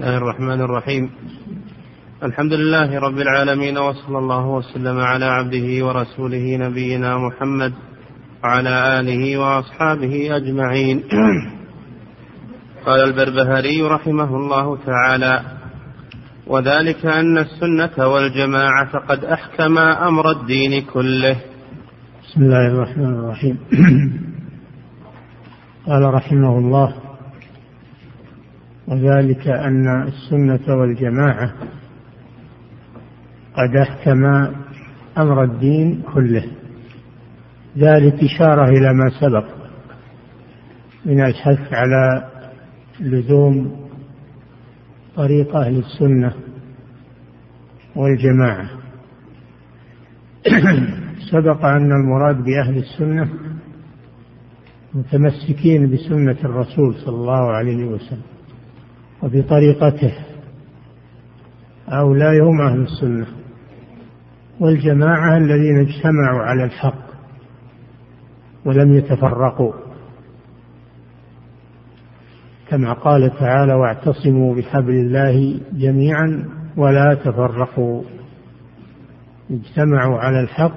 الله الرحمن الرحيم. الحمد لله رب العالمين، وصلى الله وسلم على عبده ورسوله نبينا محمد وعلى آله وأصحابه أجمعين. قال البربهاري رحمه الله تعالى: وذلك أن السنة والجماعة قد أحكم أمر الدين كله. بسم الله الرحمن الرحيم. قال رحمه الله: وذلك أن السنة والجماعة قد أحكم أمر الدين كله. ذلك إشارة إلى ما سبق من الحث على لزوم طريق أهل السنة والجماعة. سبق أن المراد بأهل السنة متمسكين بسنة الرسول صلى الله عليه وسلم وبطريقته، هؤلاء هم أهل السنة. والجماعة الذين اجتمعوا على الحق ولم يتفرقوا، كما قال تعالى: واعتصموا بحبل الله جميعا ولا تفرقوا. اجتمعوا على الحق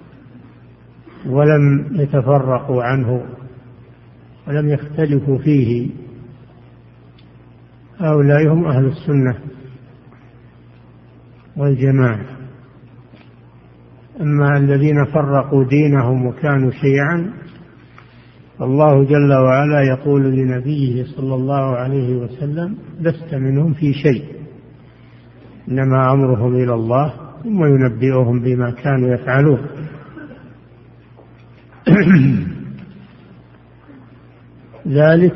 ولم يتفرقوا عنه ولم يختلفوا فيه، هؤلاء هم أهل السنة والجماعة. أما الذين فرقوا دينهم وكانوا شيعا، الله جل وعلا يقول لنبيه صلى الله عليه وسلم: لست منهم في شيء، إنما أمرهم إلى الله ثم ينبئهم بما كانوا يفعلون. ذلك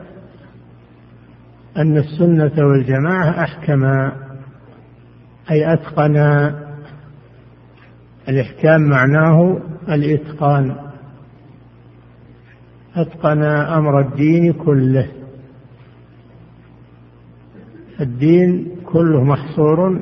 أن السنة والجماعة أحكم، أي أتقن. الإحكام معناه الإتقان، أتقن أمر الدين كله. الدين كله محصور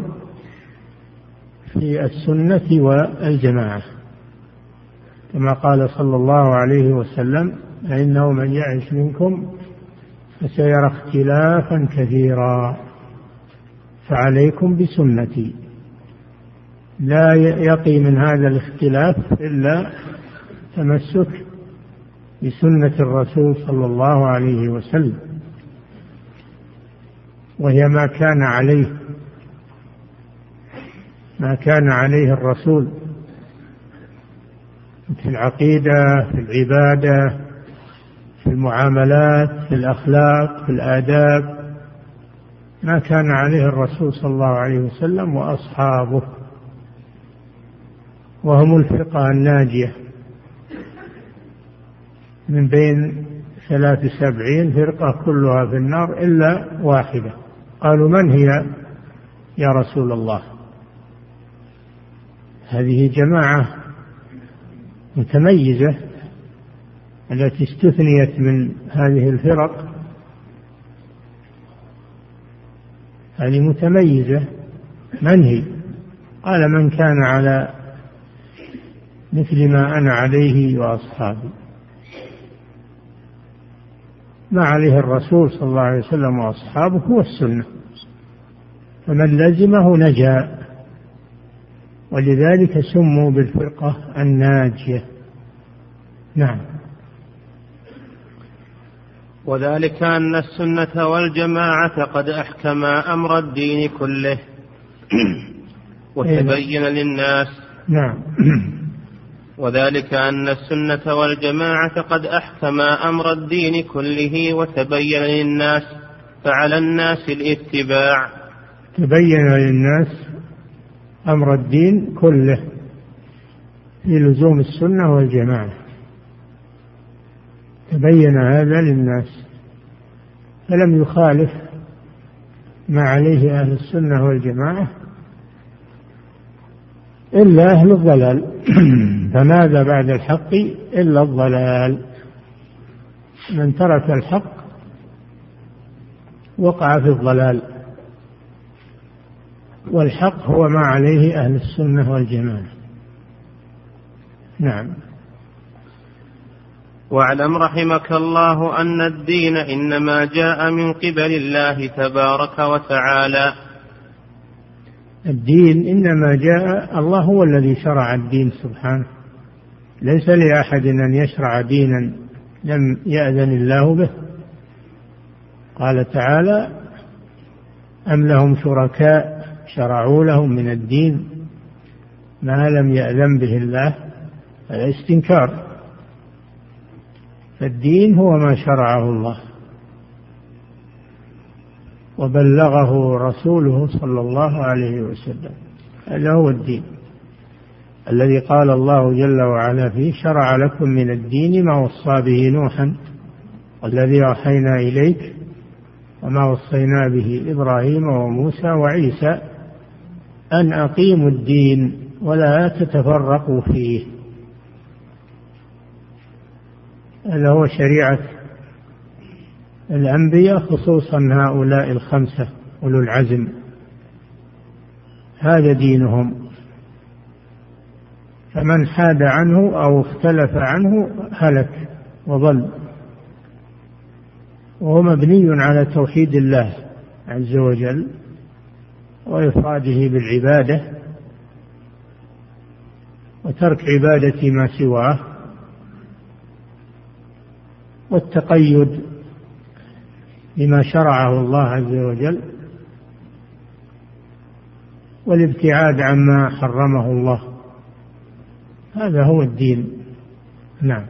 في السنة والجماعة، كما قال صلى الله عليه وسلم: فإنه من يعش منكم فسيرى اختلافا كثيرا فعليكم بسنتي. لا يقي من هذا الاختلاف إلا تمسك بسنة الرسول صلى الله عليه وسلم، وهي ما كان عليه الرسول في العقيدة، في العبادة، في المعاملات، في الأخلاق، في الآداب، ما كان عليه الرسول صلى الله عليه وسلم وأصحابه، وهم الفرقة الناجية من بين 73 فرقة كلها في النار إلا واحدة. قالوا: من هي يا رسول الله؟ هذه جماعة متميزة التي استثنيت من هذه الفرق، هذه متميزة. من هي؟ قال: من كان على مثل ما أنا عليه وأصحابي. ما عليه الرسول صلى الله عليه وسلم وأصحابه هو السنة، فمن لزمه نجا، ولذلك سموا بالفرقة الناجية. نعم. وذلك أن السنة والجماعة قد أحكم أمر الدين كله وتبين للناس. نعم. وذلك أن السنة والجماعة قد أحكم أمر الدين كله وتبين للناس، فعلى الناس الاتباع. تبين للناس أمر الدين كله في لزوم السنة والجماعة، تبين هذا للناس، فلم يخالف ما عليه أهل السنة والجماعة إلا أهل الضلال. فماذا بعد الحق إلا الضلال؟ من ترك الحق وقع في الضلال، والحق هو ما عليه أهل السنة والجماعة. نعم. واعلم رحمك الله أن الدين إنما جاء من قبل الله تبارك وتعالى. الدين إنما جاء، الله هو الذي شرع الدين سبحانه، ليس لأحد أن يشرع دينا لم يأذن الله به. قال تعالى: أم لهم شركاء شرعوا لهم من الدين ما لم يأذن به الله. هذا استنكار. فالدين هو ما شرعه الله وبلغه رسوله صلى الله عليه وسلم، هذا هو الدين الذي قال الله جل وعلا فيه: شرع لكم من الدين ما وصى به نوحا والذي أوحينا إليك وما وصينا به إبراهيم وموسى وعيسى أن أقيموا الدين ولا تتفرقوا فيه. هذا هو شريعة الأنبياء، خصوصا هؤلاء الخمسة أولو العزم، هذا دينهم. فمن حاد عنه أو اختلف عنه هلك وضل، وهو مبني على توحيد الله عز وجل وإفراده بالعبادة وترك عبادة ما سواه والتقيد بما شرعه الله عز وجل والابتعاد عما حرمه الله. هذا هو الدين. نعم.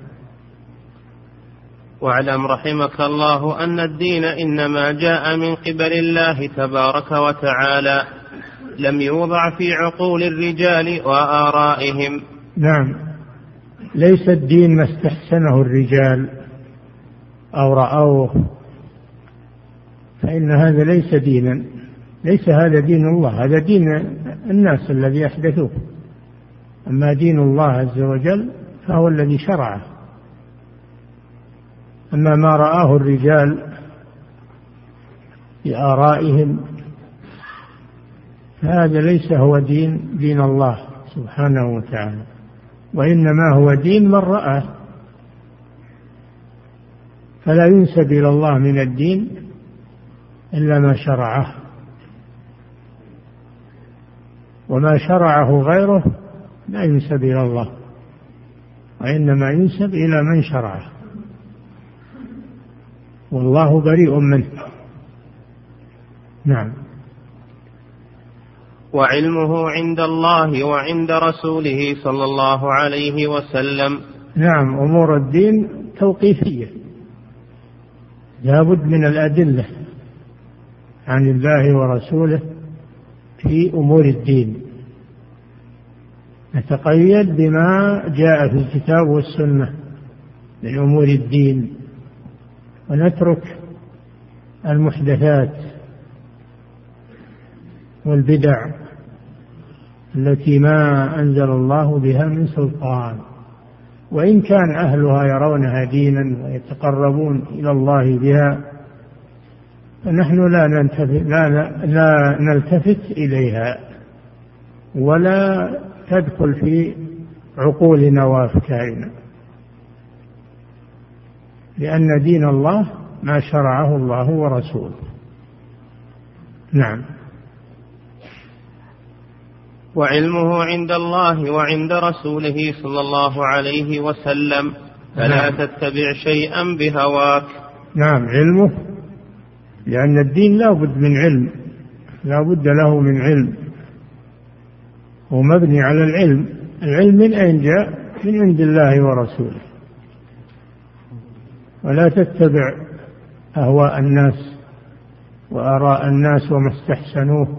واعلم رحمك الله أن الدين إنما جاء من قبل الله تبارك وتعالى، لم يوضع في عقول الرجال وآرائهم. نعم، ليس الدين ما استحسنه الرجال أو رأوه، فإن هذا ليس دينا، ليس هذا دين الله، هذا دين الناس الذي أحدثوه. أما دين الله عز وجل فهو الذي شرعه. أما ما رآه الرجال بآرائهم فهذا ليس هو دين الله سبحانه وتعالى، وإنما هو دين من رآه. فلا ينسب إلى الله من الدين إلا ما شرعه، وما شرعه غيره لا ينسب إلى الله، وإنما ينسب إلى من شرعه، والله بريء منه. نعم. وعلمه عند الله وعند رسوله صلى الله عليه وسلم. نعم، أمور الدين توقيفية، لا بد من الأدلة عن الله ورسوله في أمور الدين، نتقيد بما جاء في الكتاب والسنة من أمور الدين، ونترك المحدثات والبدع التي ما أنزل الله بها من سلطان، وإن كان أهلها يرونها دينا ويتقربون إلى الله بها، فنحن لا نلتفت إليها ولا تدخل في عقولنا وأفكارنا، لأن دين الله ما شرعه الله ورسوله. نعم. وعلمه عند الله وعند رسوله صلى الله عليه وسلم، فلا تتبع شيئا بهواك. نعم، علمه، لأن الدين لا بد من علم، لا بد له من علم، هو مبني على العلم. العلم من أين جاء؟ من عند الله ورسوله. ولا تتبع أهواء الناس وآراء الناس وما استحسنوه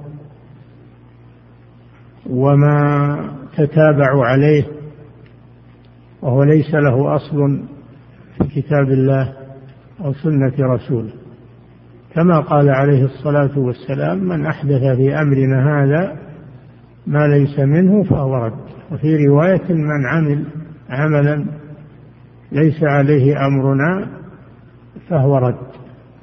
وما تتابعوا عليه، وهو ليس له أصل في كتاب الله أو سنة رسوله، كما قال عليه الصلاة والسلام: من أحدث في أمرنا هذا ما ليس منه فهو رد. وفي رواية: من عمل عملا ليس عليه أمرنا فهو رد.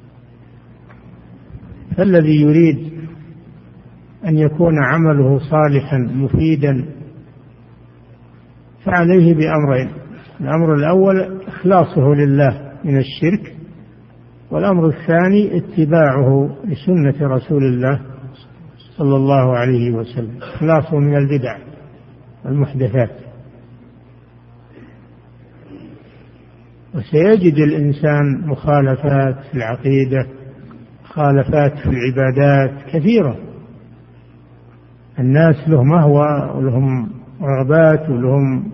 فالذي يريد أن يكون عمله صالحا مفيدا فعليه بأمرين: الأمر الأول إخلاصه لله من الشرك، والأمر الثاني اتباعه لسنة رسول الله صلى الله عليه وسلم، إخلاصه من البدع والمحدثات. وسيجد الإنسان مخالفات في العقيدة، مخالفات في العبادات كثيرة. الناس لهم أهواء ولهم رغبات ولهم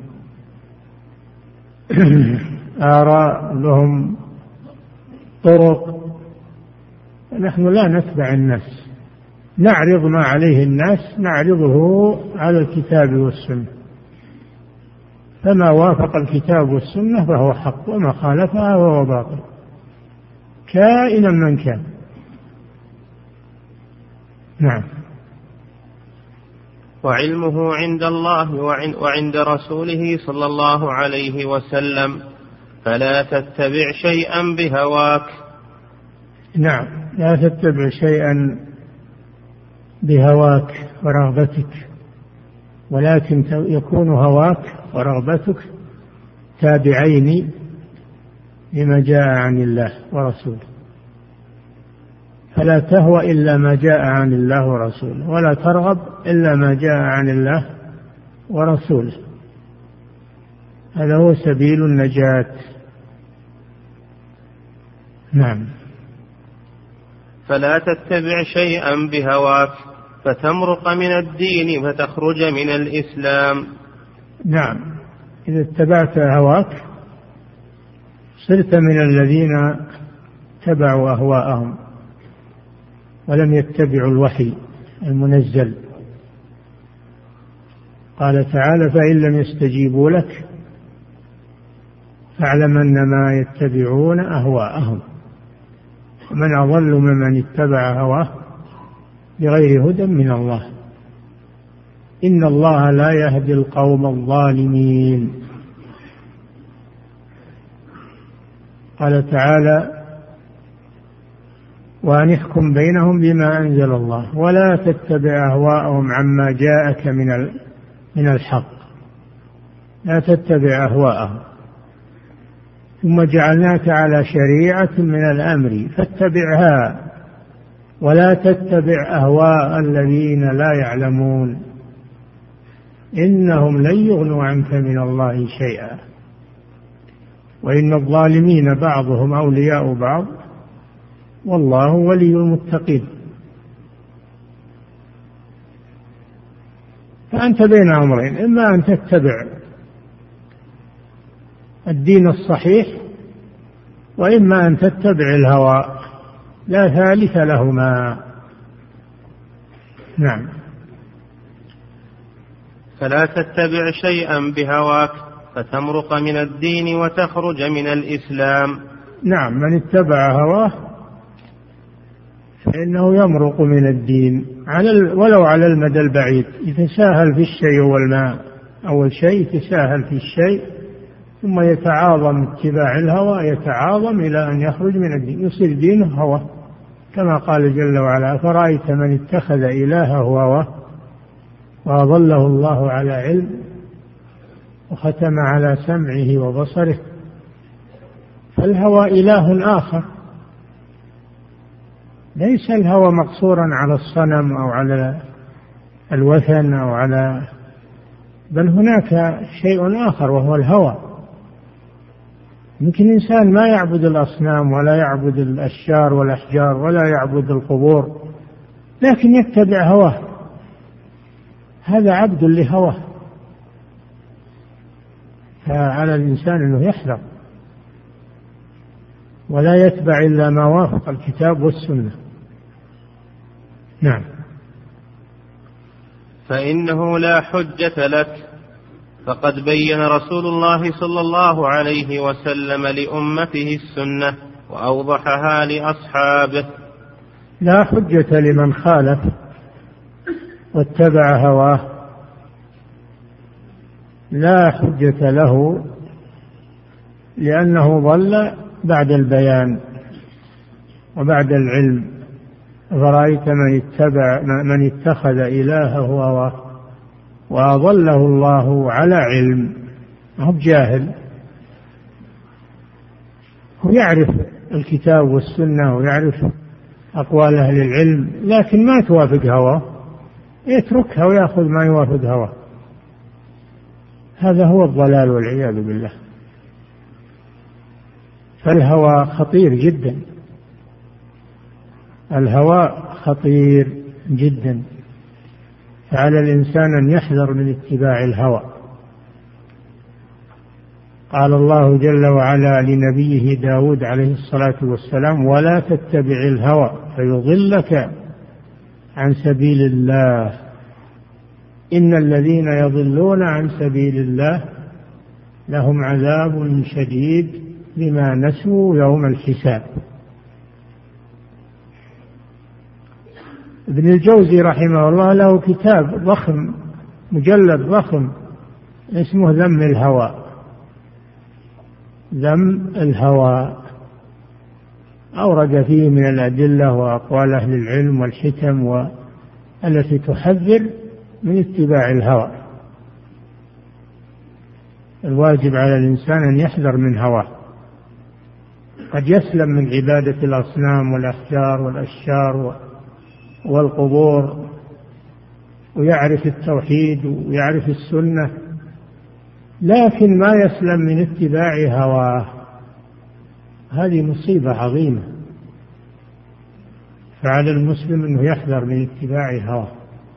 آراء ولهم طرق، نحن لا نتبع الناس، نعرض ما عليه الناس نعرضه على الكتاب والسنة، فما وافق الكتاب والسنة فهو حق، وما خالفها فهو باطل كائنا من كان. نعم. وعلمه عند الله وعند رسوله صلى الله عليه وسلم، فلا تتبع شيئا بهواك. نعم، لا تتبع شيئا بهواك ورغبتك، ولكن يكون هواك ورغبتك تابعين لما جاء عن الله ورسوله، فلا تهوى إلا ما جاء عن الله ورسوله، ولا ترغب إلا ما جاء عن الله ورسوله. هذا هو سبيل النجاة. نعم. فلا تتبع شيئا بهواك فتمرق من الدين فتخرج من الإسلام. نعم، إذا اتبعت هواك صرت من الذين اتبعوا أهواءهم ولم يتبعوا الوحي المنزل. قال تعالى: فإن لم يستجيبوا لك فاعلم أنما يتبعون أهواءهم، ومن أضل ممن اتبع هواه بغير هدى من الله، إن الله لا يهدي القوم الظالمين. قال تعالى: وأن احكم بينهم بما أنزل الله ولا تتبع أهواءهم عما جاءك من الحق. لا تتبع أهواءهم، ثم جعلناك على شريعة من الأمر فاتبعها ولا تتبع أهواء الذين لا يعلمون إنهم لن يغنوا عنك من الله شيئا وإن الظالمين بعضهم أولياء بعض والله ولي المتقين. فأنت بين أمرين: إما أن تتبع الدين الصحيح، وإما أن تتبع الهوى، لا ثالث لهما. نعم. فلا تتبع شيئا بهواك فتمرق من الدين وتخرج من الإسلام. نعم، من اتبع هواه فإنه يمرق من الدين ولو على المدى البعيد. يتساهل في الشيء والماء، أول شيء يتساهل في الشيء ثم يتعاظم اتباع الهوى، يتعاظم إلى أن يخرج من الدين، يصير دينه هوى، كما قال جل وعلا: أفرأيت من اتخذ إلهه هواه وأضله الله على علم وختم على سمعه وبصره. فالهوى إله آخر، ليس الهوى مقصورا على الصنم أو على الوثن أو بل هناك شيء آخر وهو الهوى. يمكن إنسان ما يعبد الأصنام ولا يعبد الأشجار والأحجار ولا يعبد القبور، لكن يتبع هواه، هذا عبد لهواه. فعلى الإنسان أنه يحذر ولا يتبع إلا ما وافق الكتاب والسنة. نعم. فإنه لا حجة لك، فقد بين رسول الله صلى الله عليه وسلم لأمته السنة وأوضحها لأصحابه. لا حجة لمن خالف واتبع هواه، لا حجة له، لأنه ضل بعد البيان وبعد العلم. فرأيت من اتخذ إلهه هواه وأضله الله على علم، هو جاهل هو يعرف الكتاب والسنة ويعرف أقوال أهل العلم، لكن ما توافق هواه يتركها ويأخذ ما يوافق هواه. هذا هو الضلال والعياذ بالله. فالهوى خطير جدا، الهوى خطير جدا، فعلى الإنسان أن يحذر من اتباع الهوى. قال الله جل وعلا لنبيه داود عليه الصلاة والسلام: ولا تتبع الهوى فيضلك عن سبيل الله، إن الذين يضلون عن سبيل الله لهم عذاب شديد بما نسوا يوم الحساب. ابن الجوزي رحمه الله له كتاب ضخم، مجلد ضخم، اسمه ذم الهوى. ذم الهوى، أورد فيه من الأدلة وأقوال أهل العلم والحكم التي تحذر من اتباع الهوى. الواجب على الإنسان أن يحذر من هواه. قد يسلم من عبادة الأصنام والأحجار والأشجار والقبور ويعرف التوحيد ويعرف السنة، لكن ما يسلم من اتباع هواه. هذه مصيبة عظيمة، فعلى المسلم أنه يحذر من اتباع هواه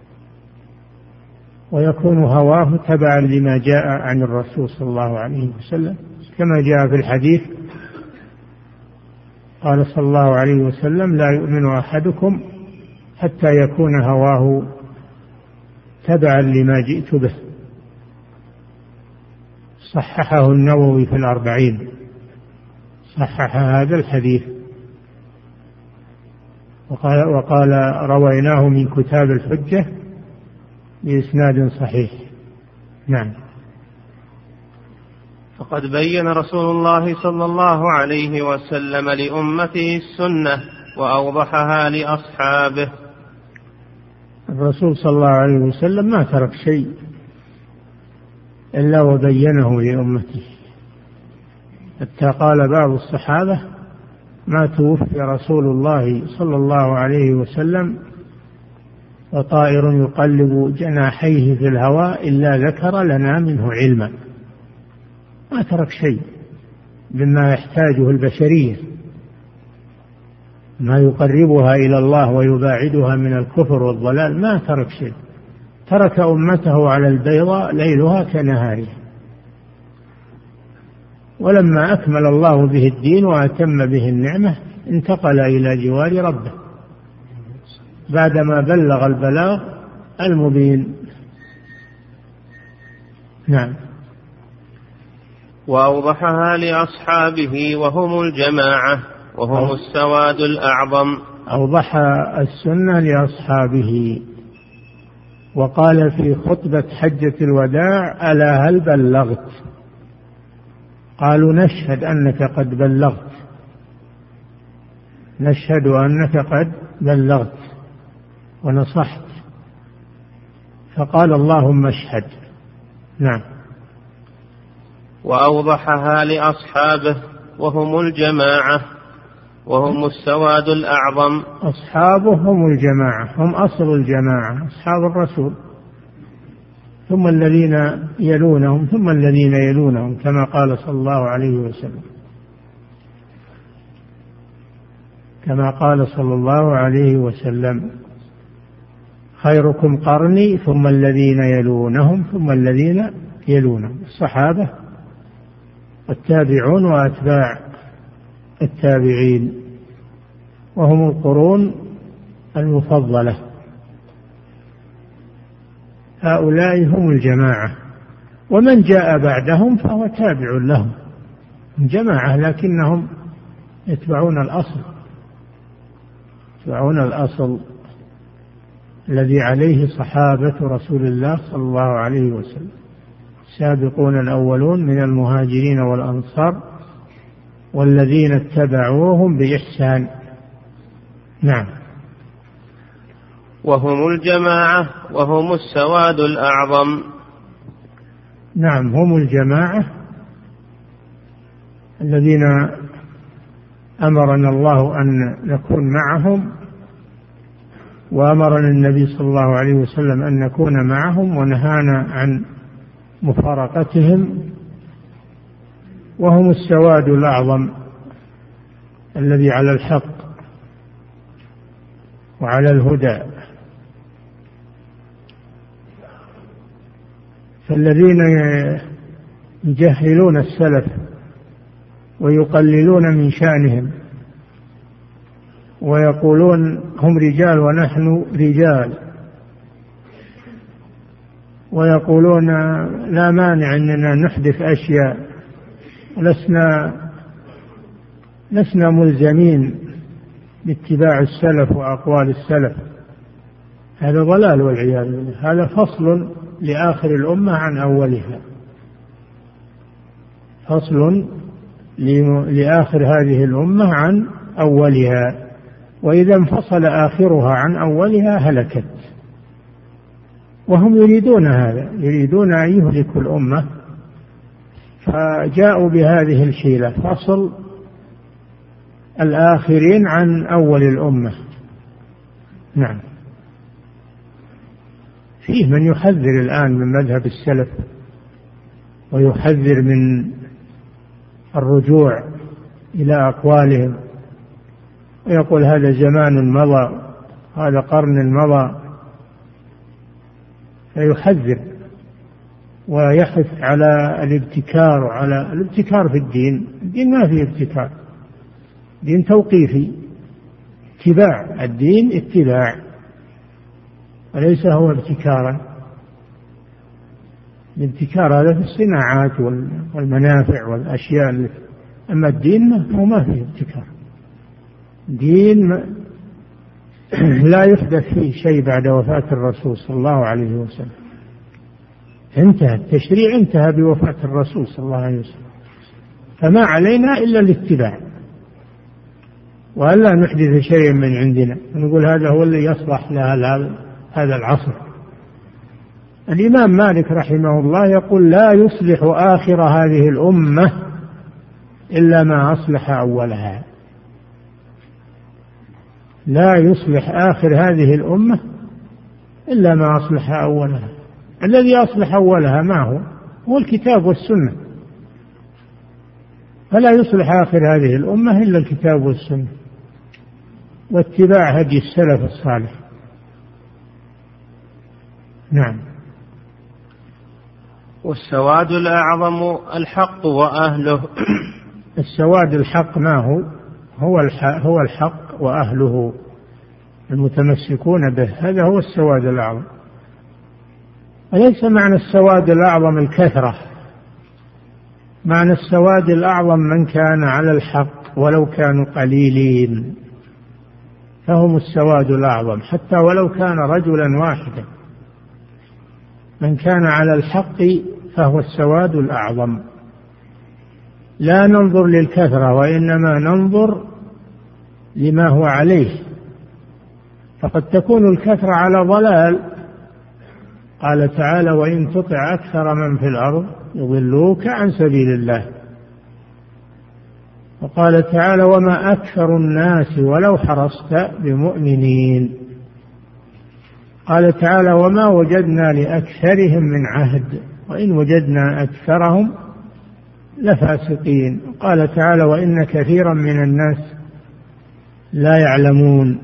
ويكون هواه تبعا لما جاء عن الرسول صلى الله عليه وسلم، كما جاء في الحديث قال صلى الله عليه وسلم: لا يؤمن أحدكم حتى يكون هواه تبعا لما جئت به. صححه النووي في الأربعين، صحح هذا الحديث وقال رويناه من كتاب الحجة بإسناد صحيح. نعم. فقد بين رسول الله صلى الله عليه وسلم لأمته السنة وأوضحها لأصحابه. الرسول صلى الله عليه وسلم ما ترك شيء إلا وبينه لأمته، حتى قال بعض الصحابة: ما توفي رسول الله صلى الله عليه وسلم وطائر يقلب جناحيه في الهواء إلا ذكر لنا منه علما. ما ترك شيء مما يحتاجه البشرية، ما يقربها إلى الله ويباعدها من الكفر والضلال، ما ترك شيء. ترك أمته على البيضاء ليلها كنهارها. ولما أكمل الله به الدين وأتم به النعمة انتقل إلى جوار ربه بعدما بلغ البلاغ المبين. نعم. وأوضحها لأصحابه وهم الجماعة وهم السواد الأعظم. أوضح السنة لأصحابه وقال في خطبة حجة الوداع: ألا هل بلغت؟ قالوا: نشهد أنك قد بلغت، نشهد أنك قد بلغت ونصحت. فقال: اللهم اشهد. نعم. وأوضحها لأصحابه وهم الجماعة وهم السواد الأعظم. أصحابه هم الجماعة، هم أصل الجماعة، أصحاب الرسول، ثم الذين يلونهم ثم الذين يلونهم، كما قال صلى الله عليه وسلم، كما قال صلى الله عليه وسلم: خيركم قرني ثم الذين يلونهم ثم الذين يلونهم. الصحابة والتابعون وأتباع التابعين، وهم القرون المفضلة. هؤلاء هم الجماعة، ومن جاء بعدهم فهو تابع لهم، جماعة لكنهم يتبعون الأصل، يتبعون الأصل الذي عليه صحابة رسول الله صلى الله عليه وسلم، السابقون الأولون من المهاجرين والأنصار والذين اتبعوهم بإحسان. نعم. وهم الجماعة وهم السواد الأعظم. نعم، هم الجماعة الذين أمرنا الله أن نكون معهم، وأمرنا النبي صلى الله عليه وسلم أن نكون معهم، ونهانا عن مفارقتهم، وهم السواد الأعظم الذي على الحق وعلى الهدى. فالذين يجهلون السلف ويقللون من شأنهم ويقولون هم رجال ونحن رجال، ويقولون لا مانع أننا نحدث أشياء، لسنا ملزمين باتباع السلف وأقوال السلف، هذا ضلال والعياذ بالله. هذا فصل لآخر الأمة عن أولها، فصل لآخر هذه الأمة عن أولها، وإذا انفصل آخرها عن أولها هلكت. وهم يريدون هذا، يريدون أن يهلكوا الأمة، فجاءوا بهذه الحيلة، فصل الآخرين عن أول الأمة. نعم. فيه من يحذر الآن من مذهب السلف ويحذر من الرجوع إلى أقوالهم، ويقول هذا زمان مضى، هذا قرن مضى، فيحذر ويحث على الابتكار وعلى الابتكار في الدين. الدين ما فيه ابتكار، دين توقيفي، اتباع الدين، اتباع، وليس هو ابتكارا. الابتكار هذا في الصناعات والمنافع والأشياء، أما الدين هو ما فيه ابتكار. دين لا يحدث فيه شيء بعد وفاة الرسول صلى الله عليه وسلم، انتهى التشريع، انتهى بوفاة الرسول صلى الله عليه وسلم، فما علينا إلا الاتباع، وألا نحدث شيئا من عندنا ونقول هذا هو اللي يصلح هذا العصر. الإمام مالك رحمه الله يقول لا يصلح آخر هذه الأمة إلا ما أصلح أولها. لا يصلح آخر هذه الأمة إلا ما أصلح أولها. الذي أصلح أولها ما هو الكتاب والسنة، فلا يصلح آخر هذه الأمة إلا الكتاب والسنة واتباع هدي السلف الصالح. نعم. والسواد الأعظم الحق وأهله. السواد الحق ما هو الحق وأهله المتمسكون به، هذا هو السواد الأعظم. وليس معنى السواد الأعظم الكثرة، معنى السواد الأعظم من كان على الحق ولو كانوا قليلين، فهم السواد الأعظم، حتى ولو كان رجلا واحدا، من كان على الحق فهو السواد الأعظم. لا ننظر للكثرة، وإنما ننظر لما هو عليه، فقد تكون الكثرة على ضلال. قال تعالى وإن تطع أكثر من في الأرض يضلوك عن سبيل الله. وقال تعالى وما أكثر الناس ولو حرصت بمؤمنين. قال تعالى وما وجدنا لأكثرهم من عهد وإن وجدنا أكثرهم لفاسقين. قال تعالى وإن كثيرا من الناس لا يعلمون.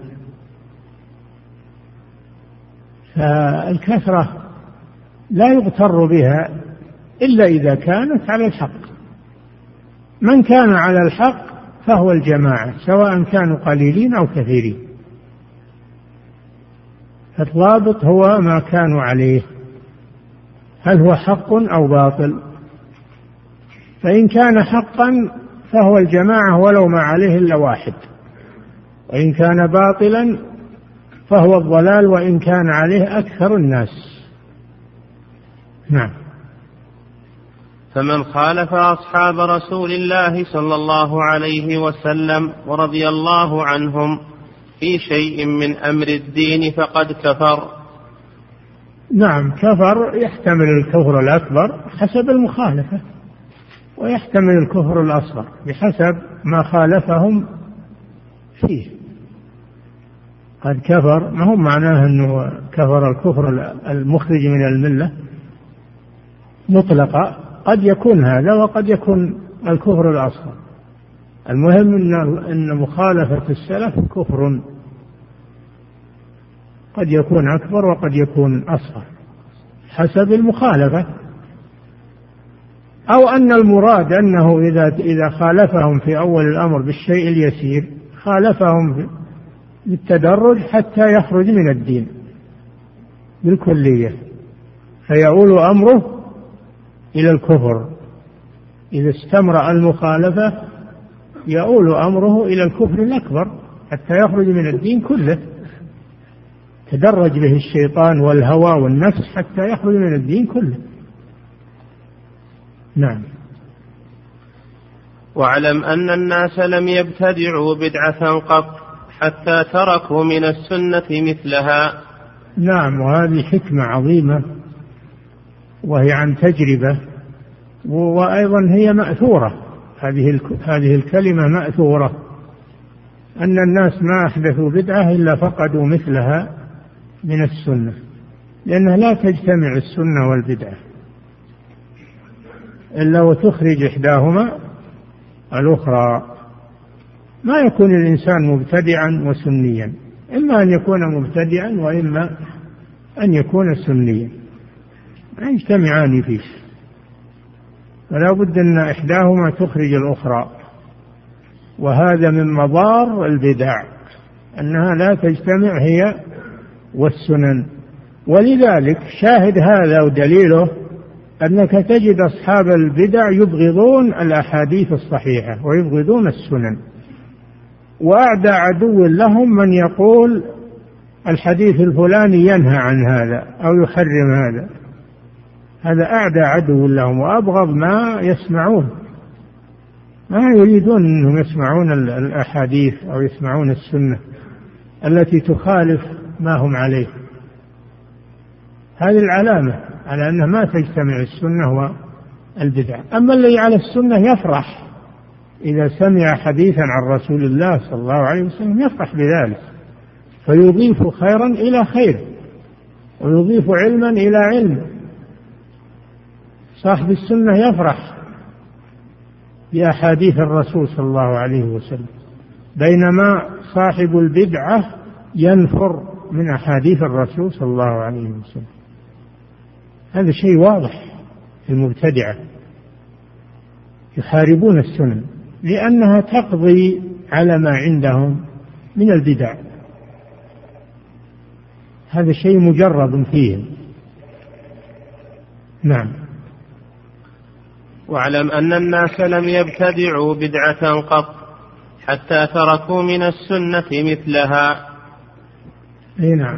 فالكثرة لا يغتر بها إلا إذا كانت على الحق. من كان على الحق فهو الجماعة، سواء كانوا قليلين أو كثيرين. الضابط هو ما كانوا عليه، هل هو حق أو باطل. فإن كان حقا فهو الجماعة ولو ما عليه إلا واحد، وإن كان باطلا فهو الضلال وإن كان عليه أكثر الناس. نعم. فمن خالف أصحاب رسول الله صلى الله عليه وسلم ورضي الله عنهم في شيء من أمر الدين فقد كفر. نعم، كفر يحتمل الكفر الأكبر حسب المخالفة، ويحتمل الكفر الأصغر بحسب ما خالفهم فيه. قد كفر ما هو معناه أنه كفر الكفر المخرج من الملة مطلقا، قد يكون هذا وقد يكون الكفر الأصغر. المهم أن مخالفة السلف كفر، قد يكون أكبر وقد يكون أصغر حسب المخالفة، أو أن المراد أنه إذا خالفهم في أول الأمر بالشيء اليسير خالفهم بالتدرج حتى يخرج من الدين بالكلية، فيؤول أمره إلى الكفر. إذا استمر المخالفة يؤول أمره إلى الكفر الأكبر حتى يخرج من الدين كله، تدرج به الشيطان والهوى والنفس حتى يخرج من الدين كله. نعم. واعلم أن الناس لم يبتدعوا بدعة قط حتى تركوا من السنة مثلها. نعم، وهذه حكمة عظيمة وهي عن تجربة، وأيضا هي مأثورة، هذه الكلمة مأثورة، أن الناس ما أحدثوا بدعة إلا فقدوا مثلها من السنة، لأنها لا تجتمع السنة والبدعة إلا وتخرج إحداهما الأخرى. ما يكون الإنسان مبتدعا وسنيا، إما أن يكون مبتدعا وإما أن يكون سنيا، ما يجتمعان فيه، ولا بد أن إحداهما تخرج الأخرى. وهذا من مضار البدع أنها لا تجتمع هي والسنن. ولذلك شاهد هذا ودليله أنك تجد أصحاب البدع يبغضون الأحاديث الصحيحة ويبغضون السنن، وأعدى عدو لهم من يقول الحديث الفلاني ينهى عن هذا أو يحرم هذا، هذا أعدى عدو لهم وأبغض ما يسمعون، ما يريدون أنهم يسمعون الأحاديث أو يسمعون السنة التي تخالف ما هم عليه. هذه العلامة على أنها ما تجتمع السنة والبدع. أما الذي على السنة يفرح إذا سمع حديثا عن رسول الله صلى الله عليه وسلم، يفرح بذلك فيضيف خيرا إلى خير ويضيف علما إلى علم. صاحب السنة يفرح بأحاديث الرسول صلى الله عليه وسلم، بينما صاحب البدعة ينفر من أحاديث الرسول صلى الله عليه وسلم. هذا شيء واضح في المبتدعة، يحاربون السنن لأنها تقضي على ما عندهم من البدع، هذا شيء مجرد فيهم. نعم. واعلم أن الناس لم يبتدعوا بدعة قط حتى تركوا من السنة مثلها. نعم،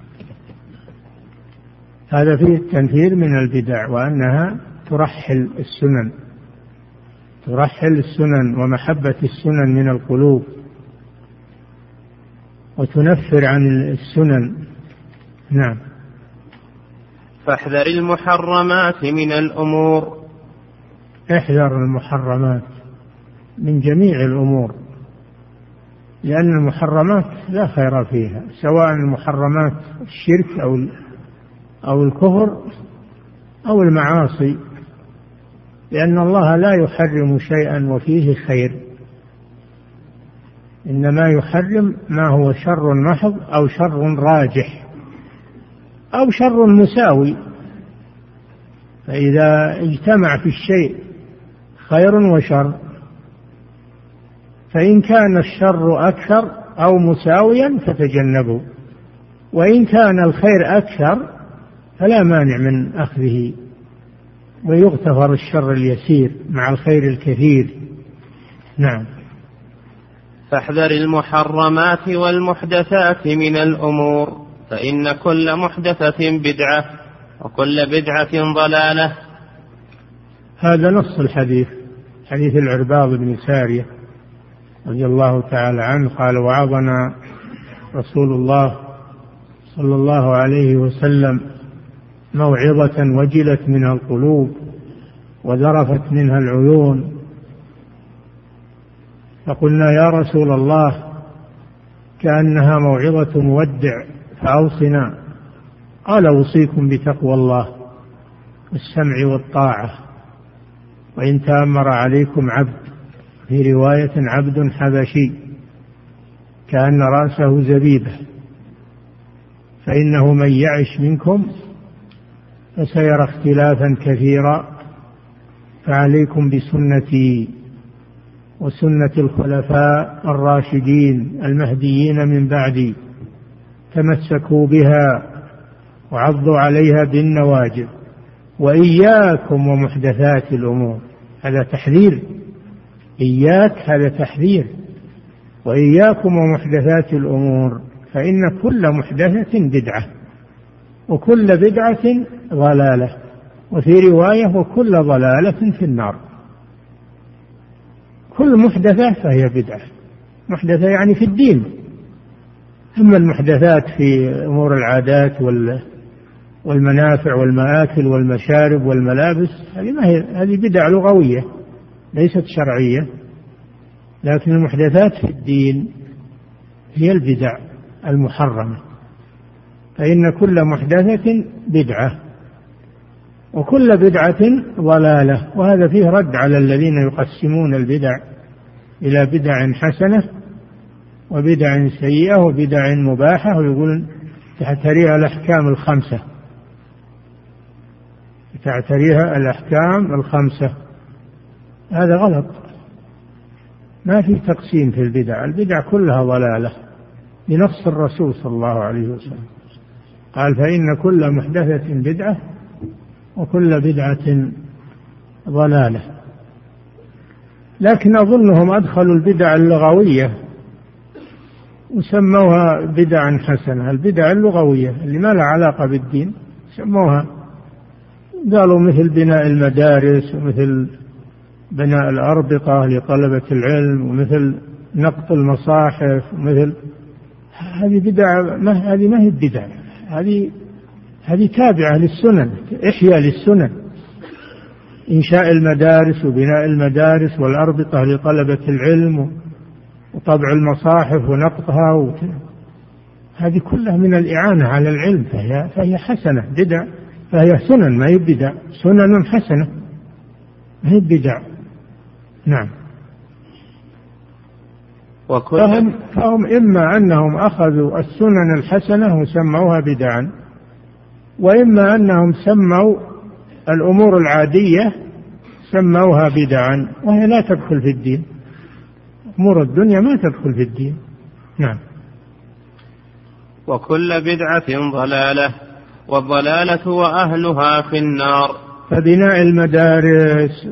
هذا فيه التنفير من البدع، وأنها ترحل السنن ومحبة السنن من القلوب وتنفر عن السنن. نعم. فاحذر المحرمات من الأمور. احذر المحرمات من جميع الأمور، لأن المحرمات لا خير فيها، سواء المحرمات الشرك أو الكفر أو المعاصي، لأن الله لا يحرم شيئا وفيه خير، إنما يحرم ما هو شر محض أو شر راجح أو شر مساوي. فإذا اجتمع في الشيء خير وشر، فإن كان الشر أكثر أو مساويا فتجنبوا، وإن كان الخير أكثر فلا مانع من أخذه، ويغتفر الشر اليسير مع الخير الكثير. نعم. فاحذر المحرمات والمحدثات من الأمور، فإن كل محدثة بدعة وكل بدعة ضلالة. هذا نص الحديث، حديث العرباض بن سارية رضي الله تعالى عنه قال: وعظنا رسول الله صلى الله عليه وسلم موعظة وجلت منها القلوب وذرفت منها العيون، فقلنا: يا رسول الله كأنها موعظة مودع فأوصنا. قال أوصيكم بتقوى الله والسمع والطاعة وإن تأمر عليكم عبد، في رواية عبد حبشي كأن رأسه زبيبة، فإنه من يعش منكم فسيرى اختلافا كثيرا، فعليكم بسنتي وسنة الخلفاء الراشدين المهديين من بعدي، تمسكوا بها وعضوا عليها بالنواجذ، وإياكم ومحدثات الأمور. هذا تحذير، إياك هذا تحذير، وإياكم ومحدثات الأمور فإن كل محدثة بدعة وكل بدعة ضلالة، وفي رواية وكل ضلالة في النار. كل محدثة فهي بدعة، محدثة يعني في الدين. أما المحدثات في أمور العادات والمنافع والمآكل والمشارب والملابس هذه بدع لغوية ليست شرعية، لكن المحدثات في الدين هي البدع المحرمة، فإن كل محدثة بدعة وكل بدعة ضلالة. وهذا فيه رد على الذين يقسمون البدع إلى بدع حسنة وبدع سيئة وبدع مباحة، ويقول تعتريها الأحكام الخمسة، تعتريها الأحكام الخمسة. هذا غلط، ما في تقسيم في البدع، البدع كلها ضلالة بنص الرسول صلى الله عليه وسلم، قال فإن كل محدثة بدعة وكل بدعة ضلالة. لكن أظنهم أدخلوا البدع اللغوية وسموها بدعا حسنة، البدع اللغوية اللي ما لها علاقة بالدين سموها، قالوا مثل بناء المدارس ومثل بناء الأربطة لطلبة العلم ومثل نقط المصاحف ومثل هذه بدع، هذه ما هي بدع، هذه تابعة للسنن، إحياء للسنن، إنشاء المدارس وبناء المدارس والأربطة لطلبة العلم وطبع المصاحف ونقطها هذه كلها من الإعانة على العلم، فهي حسنة، بدع فهي سنن ما هي بدع، سنن حسنة ما هي بدع. نعم. فهم إما أنهم أخذوا السنن الحسنة وسموها بدعا، وإما أنهم سموا الأمور العادية سموها بدعا، وهي لا تدخل في الدين، أمور الدنيا ما تدخل في الدين. نعم. وكل بدعة ضلالة والضلالة وأهلها في النار. فبناء المدارس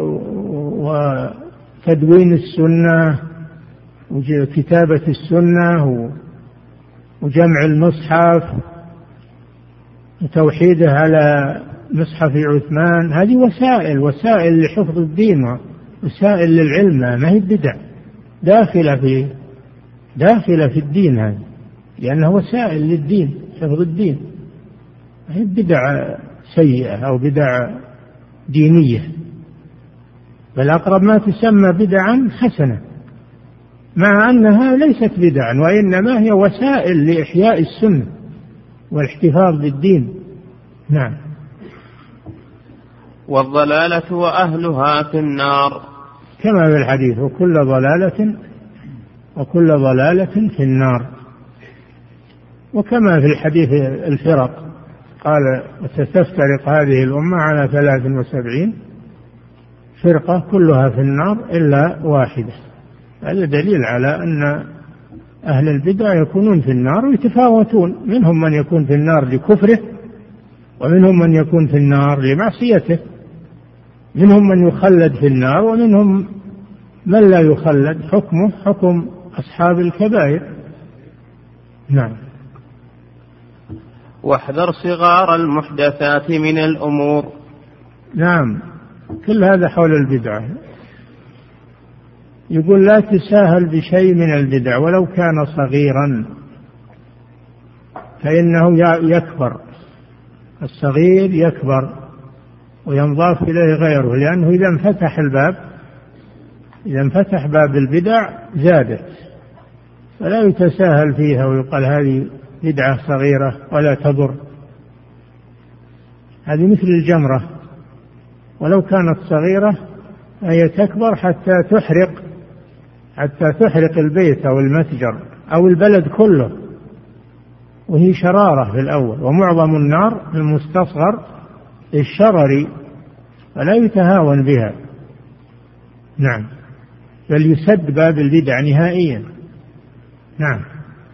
وتدوين السنة وكتابة السنة وجمع المصحف وتوحيده على مصحف عثمان، هذه وسائل لحفظ الدين، وسائل للعلم، ما هي بدع، داخلة في الدين هذه، لأنها وسائل للدين، حفظ الدين، ما هي بدع سيئة أو بدع دينية، بل أقرب ما تسمى بدعا حسنة، مع أنها ليست بدعا وإنما هي وسائل لإحياء السنة والاحتفاظ بالدين. نعم. والضلالة وأهلها في النار، كما في الحديث وكل ضلالة في النار. وكما في الحديث الفرق قال وستفترق هذه الأمة على 73 فرقة كلها في النار إلا واحدة. هذا دليل على أن أهل البدع يكونون في النار ويتفاوتون، منهم من يكون في النار لكفره، ومنهم من يكون في النار لمعصيته، منهم من يخلد في النار ومنهم من لا يخلد، حكمه حكم أصحاب الكبائر. نعم. واحذر صغار المحدثات من الأمور. نعم، كل هذا حول البدعة. يقول لا تساهل بشيء من البدع ولو كان صغيرا، فإنه يكبر، الصغير يكبر وينضاف إليه غيره، لأنه إذا انفتح باب البدع زادت، فلا يتساهل فيها ويقال هذه بدعة صغيرة ولا تضر. هذه مثل الجمرة، ولو كانت صغيرة هي تكبر حتى تحرق البيت أو المتجر أو البلد كله، وهي شرارة في الأول، ومعظم النار المستصغر الشرري، فلا يتهاون بها. نعم، بل يسد باب البدع نهائيا. نعم.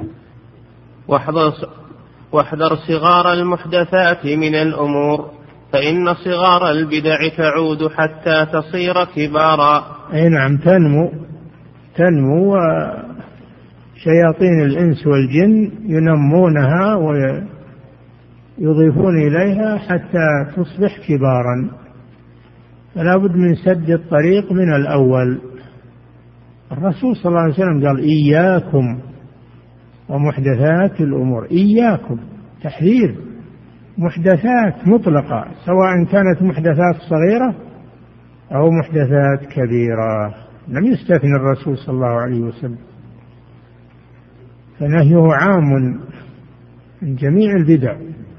واحذر صغار المحدثات من الأمور، فإن صغار البدع تعود حتى تصير كبارا. أي نعم، تنمو وشياطين الإنس والجن ينمونها ويضيفون إليها حتى تصبح كبارا، فلا بد من سد الطريق من الأول. الرسول صلى الله عليه وسلم قال إياكم ومحدثات الأمور، إياكم تحذير، محدثات مطلقة سواء كانت محدثات صغيرة أو محدثات كبيرة، لم يستثني الرسول صلى الله عليه وسلم، فنهيه عام من جميع البدع.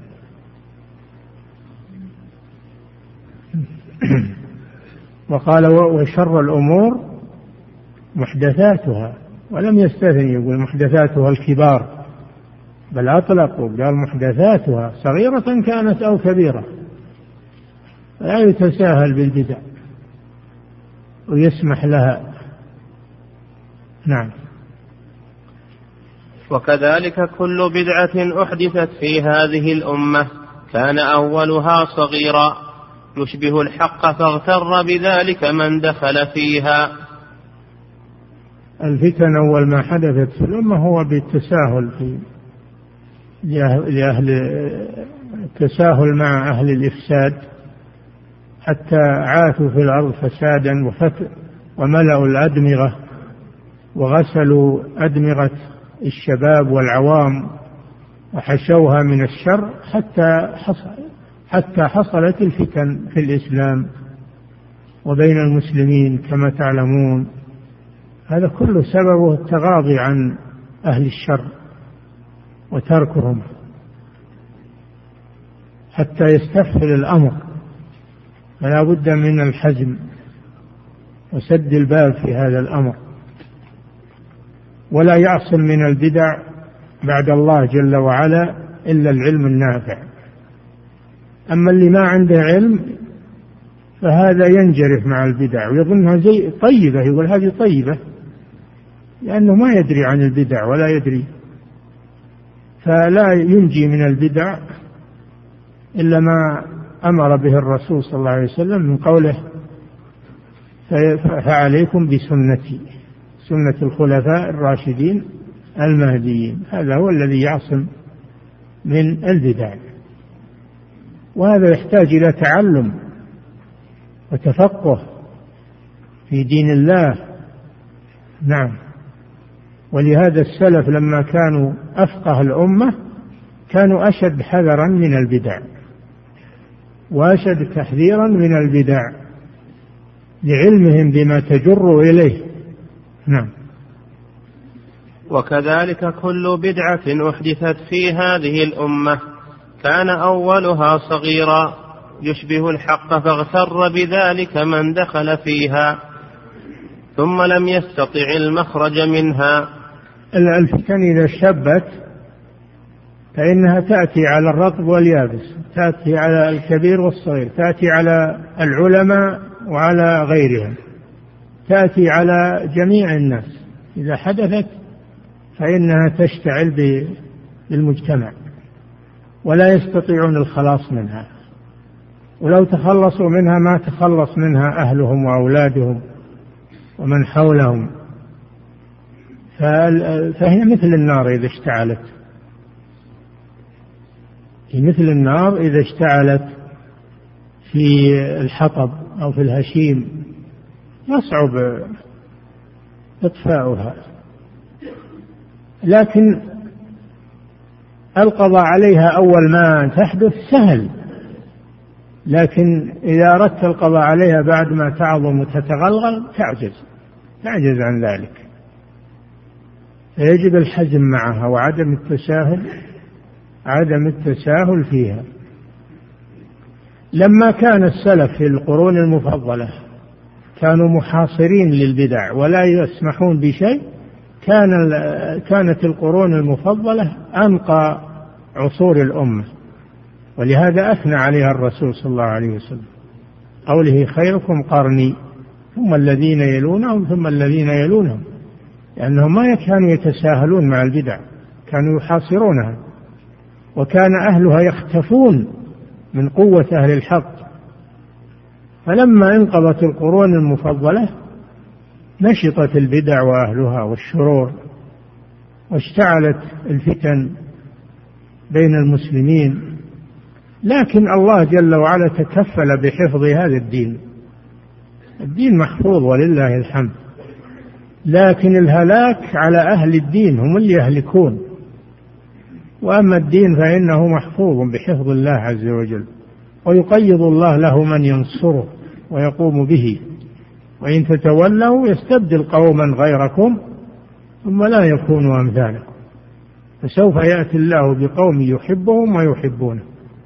وقال وشر الأمور محدثاتها، ولم يستثني يقول محدثاتها الكبار، بل أطلقوا قال محدثاتها صغيرة كانت أو كبيرة، لا يتساهل بالبدع ويسمح لها. نعم. وكذلك كل بدعة أحدثت في هذه الأمة كان أولها صغيرا يشبه الحق فاغتر بذلك من دخل فيها. الفتن أول ما حدثت في الأمة هو بالتساهل لأهل التساهل مع أهل الإفساد، حتى عاثوا في الأرض فسادا وملأوا الأدمغة وغسلوا أدمغة الشباب والعوام وحشوها من الشر حتى حصلت الفتن في الإسلام وبين المسلمين كما تعلمون. هذا كله سببه التغاضي عن أهل الشر وتركهم حتى يستفحل الأمر، فلا بد من الحزم وسد الباب في هذا الأمر، ولا يعصم من البدع بعد الله جل وعلا إلا العلم النافع. أما اللي ما عنده علم فهذا ينجرف مع البدع ويظنها زي طيبة، يقول هذه طيبة، لأنه ما يدري عن البدع ولا يدري، فلا ينجي من البدع إلا ما أمر به الرسول صلى الله عليه وسلم من قوله فعليكم بسنتي سنة الخلفاء الراشدين المهديين، هذا هو الذي يعصم من البدع. وهذا يحتاج إلى تعلم وتفقه في دين الله. نعم. ولهذا السلف لما كانوا أفقه الأمة كانوا أشد حذرا من البدع وأشد تحذيرا من البدع لعلمهم بما تجر إليه. نعم. وكذلك كل بدعة أحدثت في هذه الأمة كان أولها صغيرا يشبه الحق فاغتر بذلك من دخل فيها ثم لم يستطع المخرج منها. الفتن إذا شبت فإنها تأتي على الرطب واليابس، تأتي على الكبير والصغير، تأتي على العلماء وعلى غيرهم، تأتي على جميع الناس. إذا حدثت فإنها تشتعل بالمجتمع ولا يستطيعون الخلاص منها، ولو تخلصوا منها ما تخلص منها أهلهم وأولادهم ومن حولهم. فهي مثل النار إذا اشتعلت، هي مثل النار إذا اشتعلت في الحطب أو في الهشيم يصعب إطفاؤها، لكن القضاء عليها أول ما تحدث سهل، لكن إذا أردت القضاء عليها بعد ما تعظم وتتغلغل تعجز عن ذلك. فيجب الحزم معها وعدم التساهل فيها. لما كان السلف في القرون المفضلة كانوا محاصرين للبدع ولا يسمحون بشيء، كانت القرون المفضلة أنقى عصور الأمة، ولهذا أثنى عليها الرسول صلى الله عليه وسلم قوله خيركم قرني ثم الذين يلونهم ثم الذين يلونهم، لأنهم ما كانوا يتساهلون مع البدع، كانوا يحاصرونها، وكان أهلها يختفون من قوة أهل الحق. فلما انقضت القرون المفضلة نشطت البدع وأهلها والشرور، واشتعلت الفتن بين المسلمين، لكن الله جل وعلا تكفل بحفظ هذا الدين محفوظ ولله الحمد، لكن الهلاك على أهل الدين، هم اللي يهلكون، وأما الدين فإنه محفوظ بحفظ الله عز وجل، ويقيض الله له من ينصره ويقوم به، وإن تتولوا يستبدل قوما غيركم ثم لا يكونوا أمثالكم، فسوف يأتي الله بقوم يحبهم ويحبونه.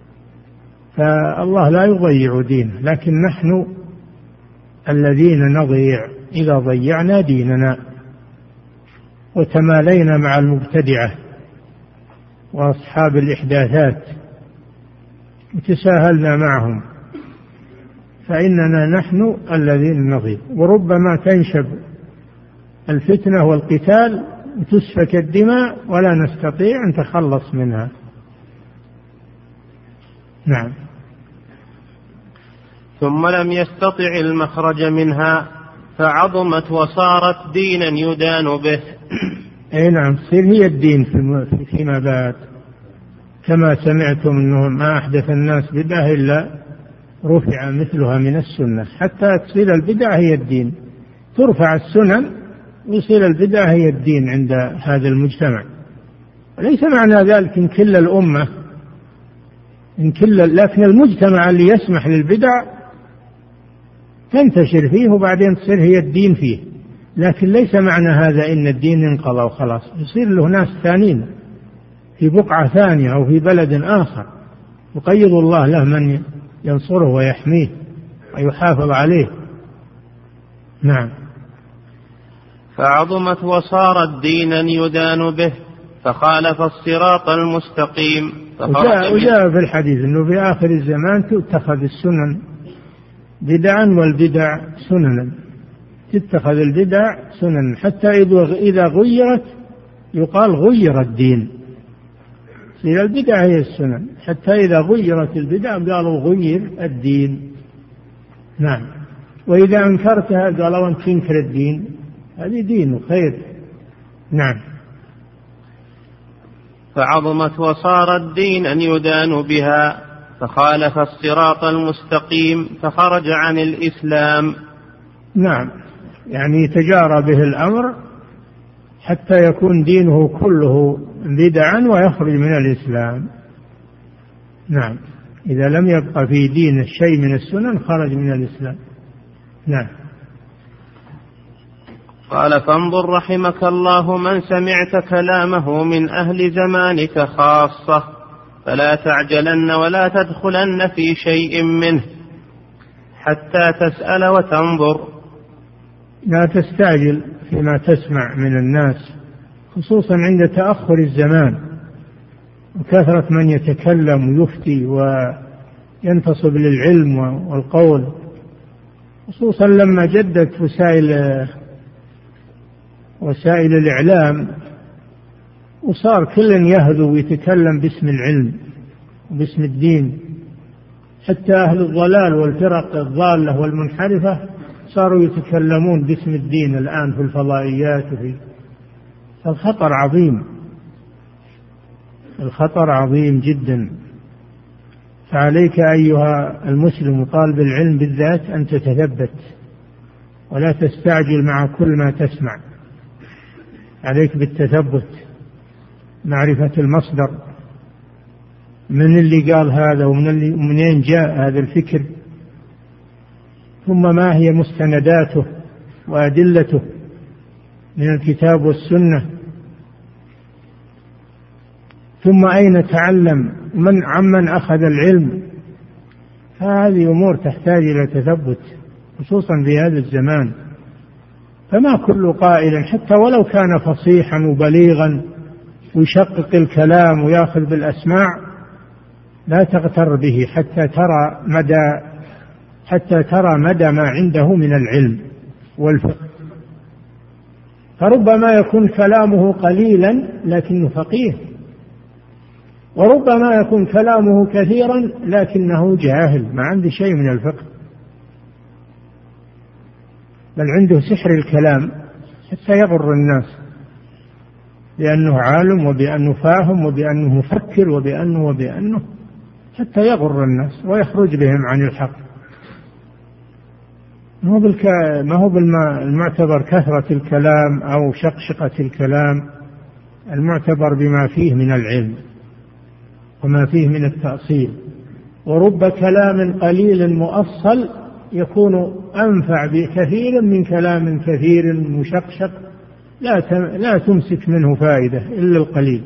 فالله لا يضيع دينه، لكن نحن الذين نضيع إذا ضيعنا ديننا وتمالينا مع المبتدعة وأصحاب الإحداثات وتساهلنا معهم، فإننا نحن الذين نضيع. وربما تنشب الفتنة والقتال وتسفك الدماء ولا نستطيع أن نتخلص منها. نعم. ثم لم يستطع المخرج منها فعظمت وصارت دينا يدان به. أي نعم، تصير هي الدين فيما بعد، كما سمعتم أنه ما أحدث الناس بدعة إلا رفع مثلها من السنة، حتى تصير البدعة هي الدين، ترفع السنن ويصير البدعة هي الدين عند هذا المجتمع. وليس معنى ذلك إن كل الأمة لكن المجتمع اللي يسمح للبدع تنتشر فيه وبعدين تصير هي الدين فيه، لكن ليس معنى هذا إن الدين انقضى وخلاص، يصير له ناس ثانيين في بقعة ثانية أو في بلد آخر، يقيض الله له من ينصره ويحميه ويحافظ عليه. نعم. فعظمت وصارت دينا يدان به فخالف الصراط المستقيم. وجاء في الحديث أنه في آخر الزمان تتخذ السنن بدعا والبدع سننا، تتخذ البدع سننا حتى إذا غيرت يقال غير الدين، تصير البدع هي السنن، حتى إذا غيرت البدع قالوا غير الدين. نعم. وإذا أنكرتها قالوا أن تنكر الدين، هذه دين وخير. نعم. فعظمت وصارت دينا يدان بها فخالف الصراط المستقيم فخرج عن الإسلام. نعم، يعني تجارى به الأمر حتى يكون دينه كله بدعا ويخرج من الإسلام. نعم، إذا لم يبقى في دين شيء من السنن خرج من الإسلام. نعم. قال فانظر رحمك الله من سمعت كلامه من أهل زمانك خاصة، فلا تعجلن ولا تدخلن في شيء منه حتى تسأل وتنظر. لا تستعجل فيما تسمع من الناس، خصوصا عند تأخر الزمان وكثرة من يتكلم ويفتي وينتصب للعلم والقول، خصوصا لما جدت وسائل الإعلام وصار كل يهدو ويتكلم باسم العلم وباسم الدين، حتى أهل الضلال والفرق الضالة والمنحرفة صاروا يتكلمون باسم الدين الآن في الفضائيات الخطر عظيم، الخطر عظيم جدا. فعليك أيها المسلم طالب العلم بالذات أن تتثبت ولا تستعجل مع كل ما تسمع، عليك بالتثبت، معرفة المصدر، من اللي قال هذا ومنين جاء هذا الفكر، ثم ما هي مستنداته وأدلته من الكتاب والسنة، ثم أين تعلم، عمن أخذ العلم. هذه أمور تحتاج إلى تثبت خصوصا في هذا الزمان. فما كل قائل حتى ولو كان فصيحا وبليغا ويشقق الكلام ويأخذ بالأسماع لا تغتر به حتى ترى مدى ما عنده من العلم والفقه. فربما يكون كلامه قليلا لكنه فقيه، وربما يكون كلامه كثيرا لكنه جاهل ما عنده شيء من الفقه، بل عنده سحر الكلام حتى يغر الناس بأنه عالم وبأنه فاهم وبأنه مفكر وبأنه حتى يغر الناس ويخرج بهم عن الحق. ما هو المعتبر كثرة الكلام أو شقشقة الكلام، المعتبر بما فيه من العلم وما فيه من التأصيل. ورب كلام قليل مؤصل يكون أنفع بكثير من كلام كثير مشقشق لا تمسك منه فائدة إلا القليل.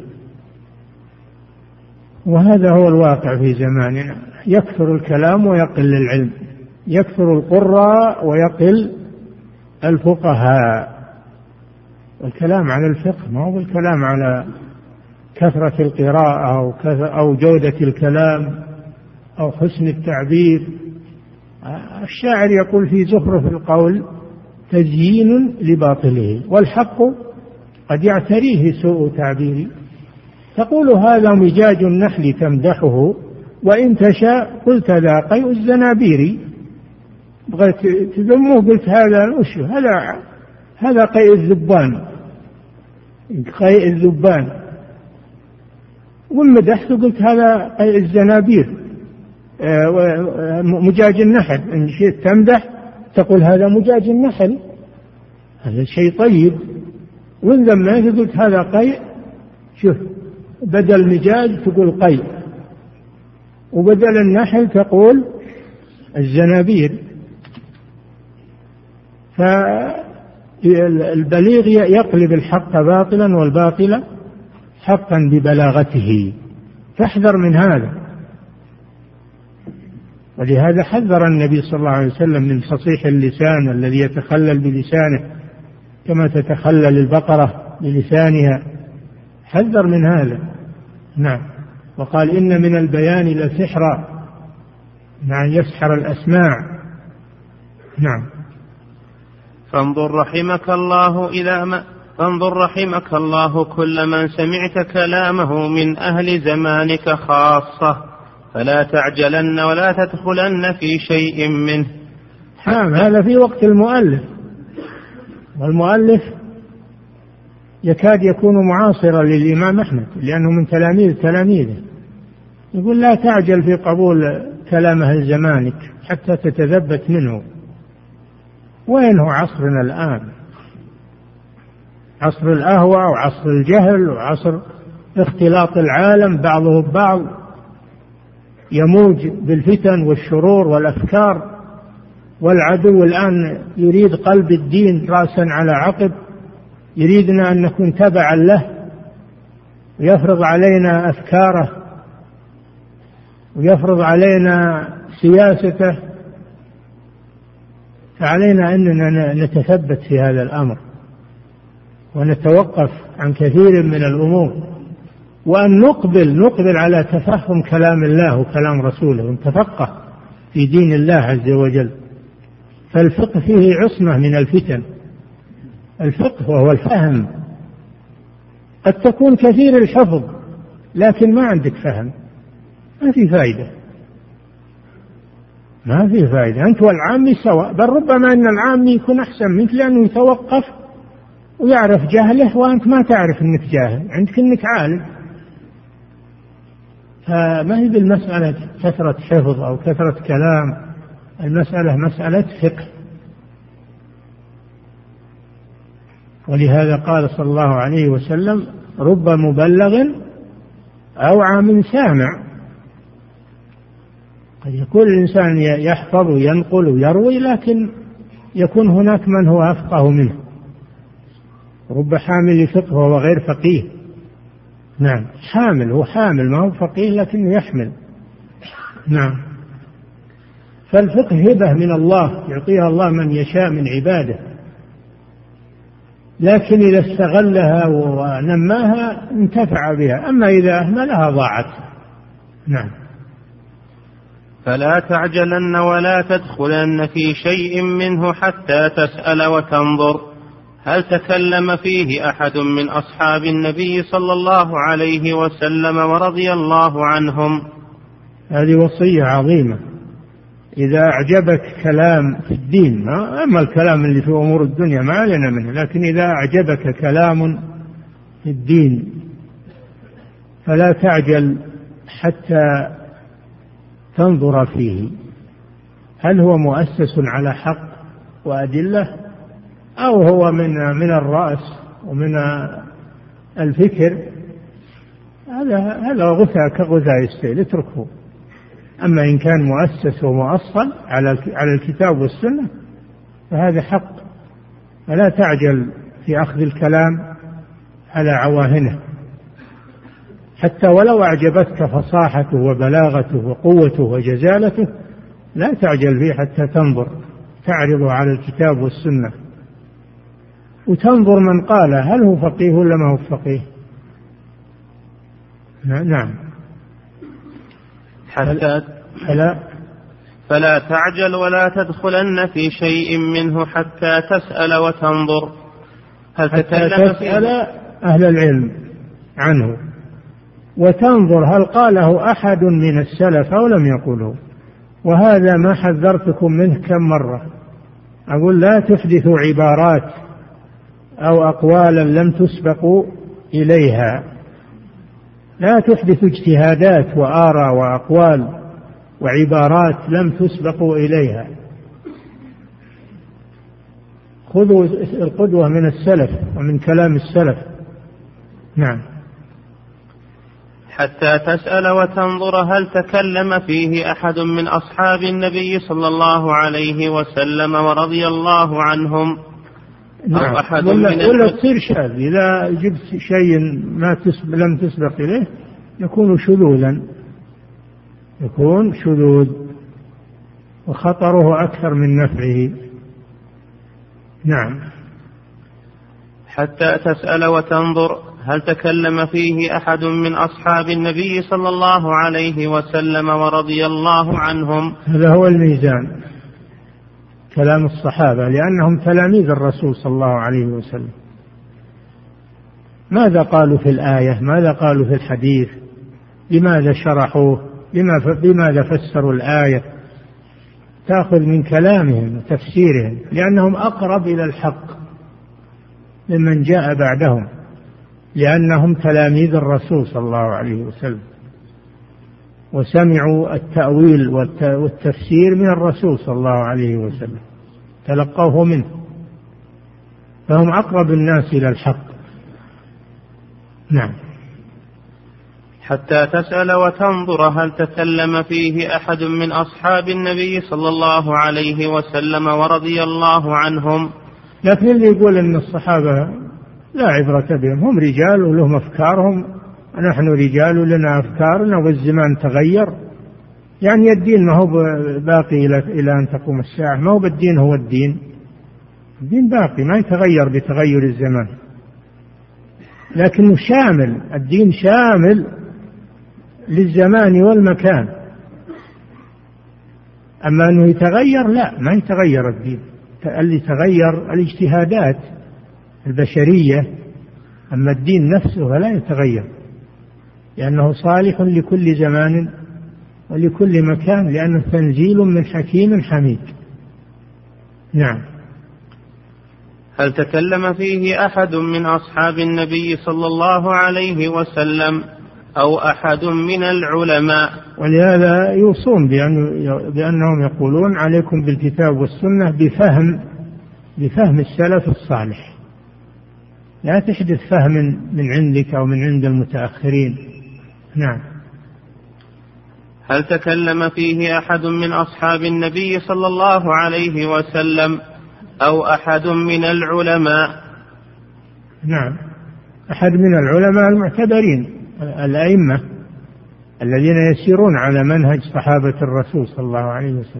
وهذا هو الواقع في زماننا، يكثر الكلام ويقل العلم، يكثر القراء ويقل الفقهاء. والكلام على الفقه ما هو الكلام على كثرة القراءة أو جودة الكلام أو حسن التعبير. الشاعر يقول في زخرف القول تزيين لباطله، والحق قد يعتريه سوء تعبير. تقول هذا مجاج النحل تمدحه، وإن تشاء قلت ذا قيء الزنابير. بغيت تذمه قلت هذا قيء الذبان، ومدحت قلت هذا قيء الزنابير. مجاج النحل إن شئت تمدح تقول هذا مجاج النحل، هذا شيء طيب. وإن ذميت قلت هذا قيء، شوف بدل مجاج تقول قيء، وبدل النحل تقول الزنابير. فالبليغ يقلب الحق باطلا والباطل حقا ببلاغته، فاحذر من هذا. ولهذا حذر النبي صلى الله عليه وسلم من فصيح اللسان الذي يتخلل بلسانه كما تتخلل البقرة بلسانها، حذر من هذا. نعم. وقال إن من البيان لسحرا، يعني يسحر الأسماع. نعم. فانظر رحمك الله كل من سمعت كلامه من أهل زمانك خاصة، فلا تعجلن ولا تدخلن في شيء منه. نعم. هذا في وقت المؤلف، والمؤلف يكاد يكون معاصرا للإمام أحمد لأنه من تلاميذه. يقول لا تعجل في قبول كلام أهل زمانك حتى تتثبت منه. وين هو عصرنا الآن؟ عصر الأهوى وعصر الجهل وعصر اختلاط العالم بعضه ببعض، يموج بالفتن والشرور والأفكار. والعدو الآن يريد قلب الدين رأسا على عقب، يريدنا أن نكون تبعا له، ويفرض علينا أفكاره ويفرض علينا سياسته. فعلينا أننا نتثبت في هذا الأمر ونتوقف عن كثير من الأمور، وأن نقبل على تفهم كلام الله وكلام رسوله، ونتفقه في دين الله عز وجل. فالفقه فيه عصمة من الفتن. الفقه وهو الفهم. قد تكون كثير الحفظ لكن ما عندك فهم، ما في فائدة. أنت والعامي سواء، بل ربما أن العامي يكون أحسن منك لأنه يتوقف ويعرف جهله، وأنت ما تعرف أنك جاهل، عندك أنك عالم. فما هي بالمسألة كثرة حفظ أو كثرة كلام، المسألة مسألة فقه. ولهذا قال صلى الله عليه وسلم رب مبلغ أوعى من سامع. قد يكون الإنسان يحفظ وينقل ويروي، لكن يكون هناك من هو أفقه منه. رب حامل فقه وهو غير فقيه. نعم حامل، هو حامل ما هو فقيه لكنه يحمل. نعم. فالفقه هبة من الله يعطيها الله من يشاء من عباده، لكن إذا استغلها ونماها انتفع بها، أما إذا أهملها ضاعت. نعم. فلا تعجلن ولا تدخلن في شيء منه حتى تسأل وتنظر هل تكلم فيه أحد من أصحاب النبي صلى الله عليه وسلم ورضي الله عنهم. هذه وصية عظيمة. إذا أعجبك كلام في الدين، أما الكلام اللي في أمور الدنيا ما علينا منه، لكن إذا أعجبك كلام في الدين فلا تعجل حتى تنظر فيه هل هو مؤسس على حق وأدلة أو هو من الرأس ومن الفكر. هذا غثاء كغثاء السيل، اتركه. أما إن كان مؤسس ومؤصل على الكتاب والسنة فهذا حق، فلا تعجل في أخذ الكلام على عواهنه، حتى ولو أعجبتك فصاحته وبلاغته وقوته وجزالته لا تعجل فيه حتى تنظر، تعرض على الكتاب والسنة وتنظر من قال هل هو فقيه ولا ما هو فقيه. نعم. فلا تعجل ولا تدخلن في شيء منه حتى تسأل وتنظر هل تكلم تسأل أهل العلم عنه وتنظر هل قاله أحد من السلف أو لم يقوله. وهذا ما حذرتكم منه كم مرة، أقول لا تحدثوا عبارات أو أقوالا لم تسبقوا إليها، لا تحدثوا اجتهادات وآراء وأقوال وعبارات لم تسبقوا إليها. خذوا القدوة من السلف ومن كلام السلف. نعم. حتى تسأل وتنظر هل تكلم فيه أحد من أصحاب النبي صلى الله عليه وسلم ورضي الله عنهم. نعم. أو أحد ولا تصير شاذ. إذا جبت شيء لم تسبق إليه يكون شذوذا، يكون شذوذ وخطره أكثر من نفعه. نعم. حتى تسأل وتنظر هل تكلم فيه أحد من أصحاب النبي صلى الله عليه وسلم ورضي الله عنهم. هذا هو الميزان، كلام الصحابة، لأنهم تلاميذ الرسول صلى الله عليه وسلم. ماذا قالوا في الآية؟ ماذا قالوا في الحديث؟ لماذا شرحوه؟ بماذا فسروا الآية؟ تأخذ من كلامهم وتفسيرهم، لأنهم أقرب إلى الحق ممن جاء بعدهم، لأنهم تلاميذ الرسول صلى الله عليه وسلم وسمعوا التأويل والتفسير من الرسول صلى الله عليه وسلم، تلقوه منه، فهم أقرب الناس إلى الحق. نعم. حتى تسأل وتنظر هل تكلم فيه أحد من أصحاب النبي صلى الله عليه وسلم ورضي الله عنهم. لكن اللي يقول أن الصحابة لا عبرة بهم، هم رجال ولهم أفكارهم، نحن رجال ولنا أفكارنا والزمان تغير، يعني الدين ما هو باقي إلى أن تقوم الساعة، ما هو بالدين، هو الدين باقي ما يتغير بتغير الزمان، لكنه شامل، الدين شامل للزمان والمكان. أما أنه يتغير لا، ما يتغير الدين، اللي يتغير الاجتهادات البشرية، أما الدين نفسه فلا يتغير، لأنه صالح لكل زمان ولكل مكان، لأنه تنزيل من حكيم حميد. نعم. هل تكلم فيه أحد من أصحاب النبي صلى الله عليه وسلم أو أحد من العلماء؟ ولهذا يوصون بأنهم يقولون عليكم بالكتاب والسنة بفهم السلف الصالح، لا تحدث فهم من عندك أو من عند المتأخرين. نعم. هل تكلم فيه أحد من أصحاب النبي صلى الله عليه وسلم أو أحد من العلماء؟ نعم، أحد من العلماء المعتبرين الأئمة الذين يسيرون على منهج صحابة الرسول صلى الله عليه وسلم،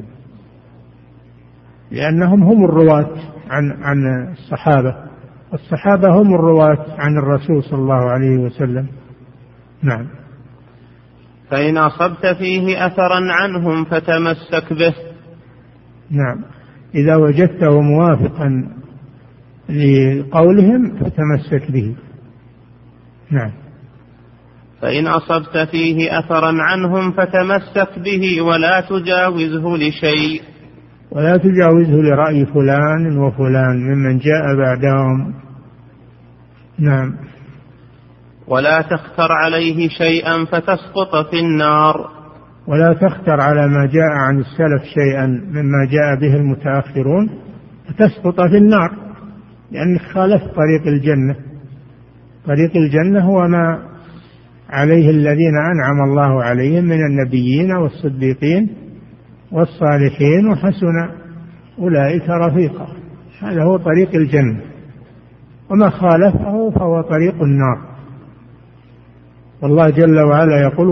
لأنهم هم الرواة عن الصحابة، والصحابة هم الرواة عن الرسول صلى الله عليه وسلم. نعم. فإن أصبت فيه أثرا عنهم فتمسك به. نعم، إذا وجدته موافقا لقولهم فتمسك به. نعم. فإن أصبت فيه أثرا عنهم فتمسك به ولا تجاوزه لشيء، ولا تجاوزه لرأي فلان وفلان ممن جاء بعدهم. نعم. ولا تختر عليه شيئا فتسقط في النار، ولا تختر على ما جاء عن السلف شيئا مما جاء به المتأخرون فتسقط في النار، لأنك خالفت طريق الجنة. طريق الجنة هو ما عليه الذين أنعم الله عليهم من النبيين والصديقين والصالحين وحسن أولئك رفيقا. هذا هو طريق الجنة، وما خالفه فهو طريق النار. والله جل وعلا يقول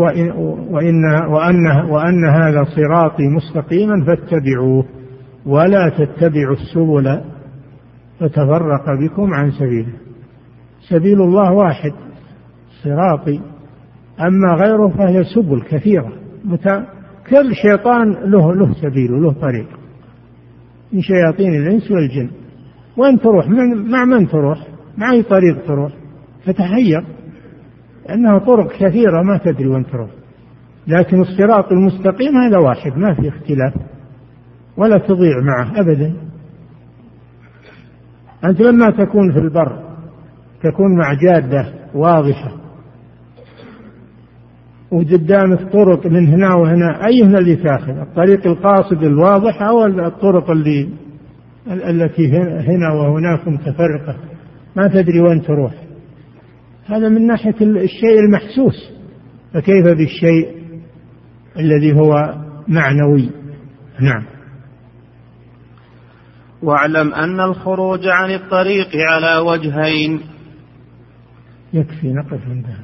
وأن هذا صراطي مستقيما فاتبعوه ولا تتبعوا السبل فتفرق بكم عن سبيله. سبيل الله واحد صراطي، أما غيره فهي سبل كثيرة. كل شيطان له سبيل وله طريق من شياطين الإنس والجن. وين تروح؟ مع من تروح؟ مع أي طريق تروح؟ فتحير، لأنها طرق كثيرة ما تدري وين تروح. لكن الصراط المستقيم هذا واحد ما في اختلاف ولا تضيع معه أبدا. أنت لما تكون في البر تكون مع جادة واضحة وقدامك طرق من هنا وهنا، أيهما اللي تأخذ؟ الطريق القاصد الواضح أو الطرق التي هنا وهناك متفرقة ما تدري وين تروح؟ هذا من ناحية الشيء المحسوس، فكيف بالشيء الذي هو معنوي؟ نعم. واعلم أن الخروج عن الطريق على وجهين. يكفي نقف عندها.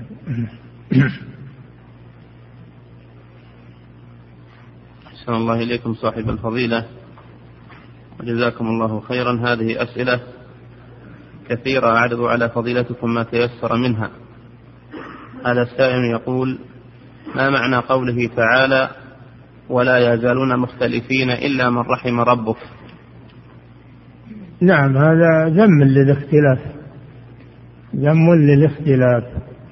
أحسن الله إليكم صاحب الفضيلة وجزاكم الله خيرا. هذه أسئلة كثيرة أعرض على فضيلتكم ما تيسر منها. هذا السائل يقول: ما معنى قوله تعالى: ولا يزالون مختلفين إلا من رحم ربك؟ نعم، هذا ذم للاختلاف، ذم للاختلاف،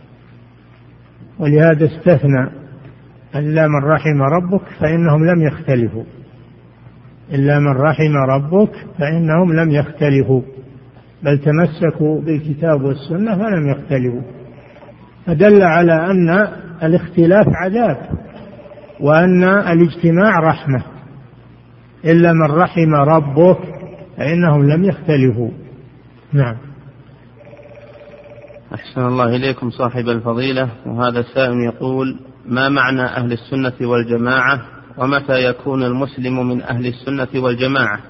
ولهذا استثنى إلا من رحم ربك فإنهم لم يختلفوا. إلا من رحم ربك فإنهم لم يختلفوا، بل تمسكوا بالكتاب والسنة فلم يختلفوا. فدل على أن الاختلاف عذاب وأن الاجتماع رحمة. إلا من رحم ربك فإنهم لم يختلفوا. نعم. أحسن الله إليكم صاحب الفضيلة. وهذا السائل يقول: ما معنى أهل السنة والجماعة، ومتى يكون المسلم من أهل السنة والجماعة؟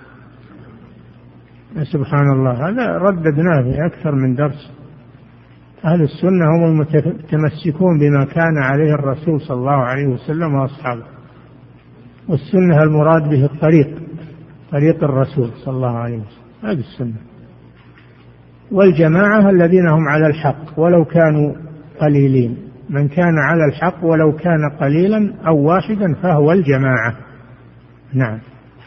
سبحان الله، هذا رددناه في أكثر من درس. أهل السنة هم المتمسكون بما كان عليه الرسول صلى الله عليه وسلم وأصحابه، والسنة المراد به الطريق، طريق الرسول صلى الله عليه وسلم، هذه السنة. والجماعة الذين هم على الحق ولو كانوا قليلين، من كان على الحق ولو كان قليلا أو واحدا فهو الجماعة. نعم.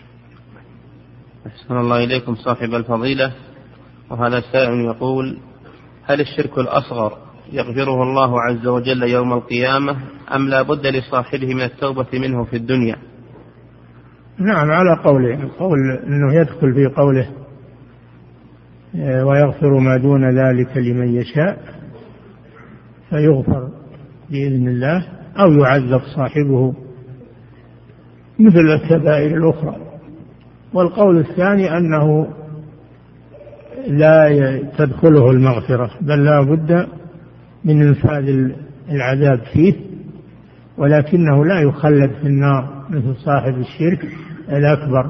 أحسن الله إليكم صاحب الفضيلة. وهذا السائل يقول: هل الشرك الأصغر يغفره الله عز وجل يوم القيامة أم لا بد لصاحبه من التوبة منه في الدنيا؟ نعم، على قوله، القول أنه يدخل في قوله ويغفر ما دون ذلك لمن يشاء، فيغفر بإذن الله أو يعذب صاحبه مثل الكبائر الأخرى. والقول الثاني أنه لا تدخله المغفرة، بل لا بد من انفاذ العذاب فيه، ولكنه لا يخلد في النار مثل صاحب الشرك الأكبر.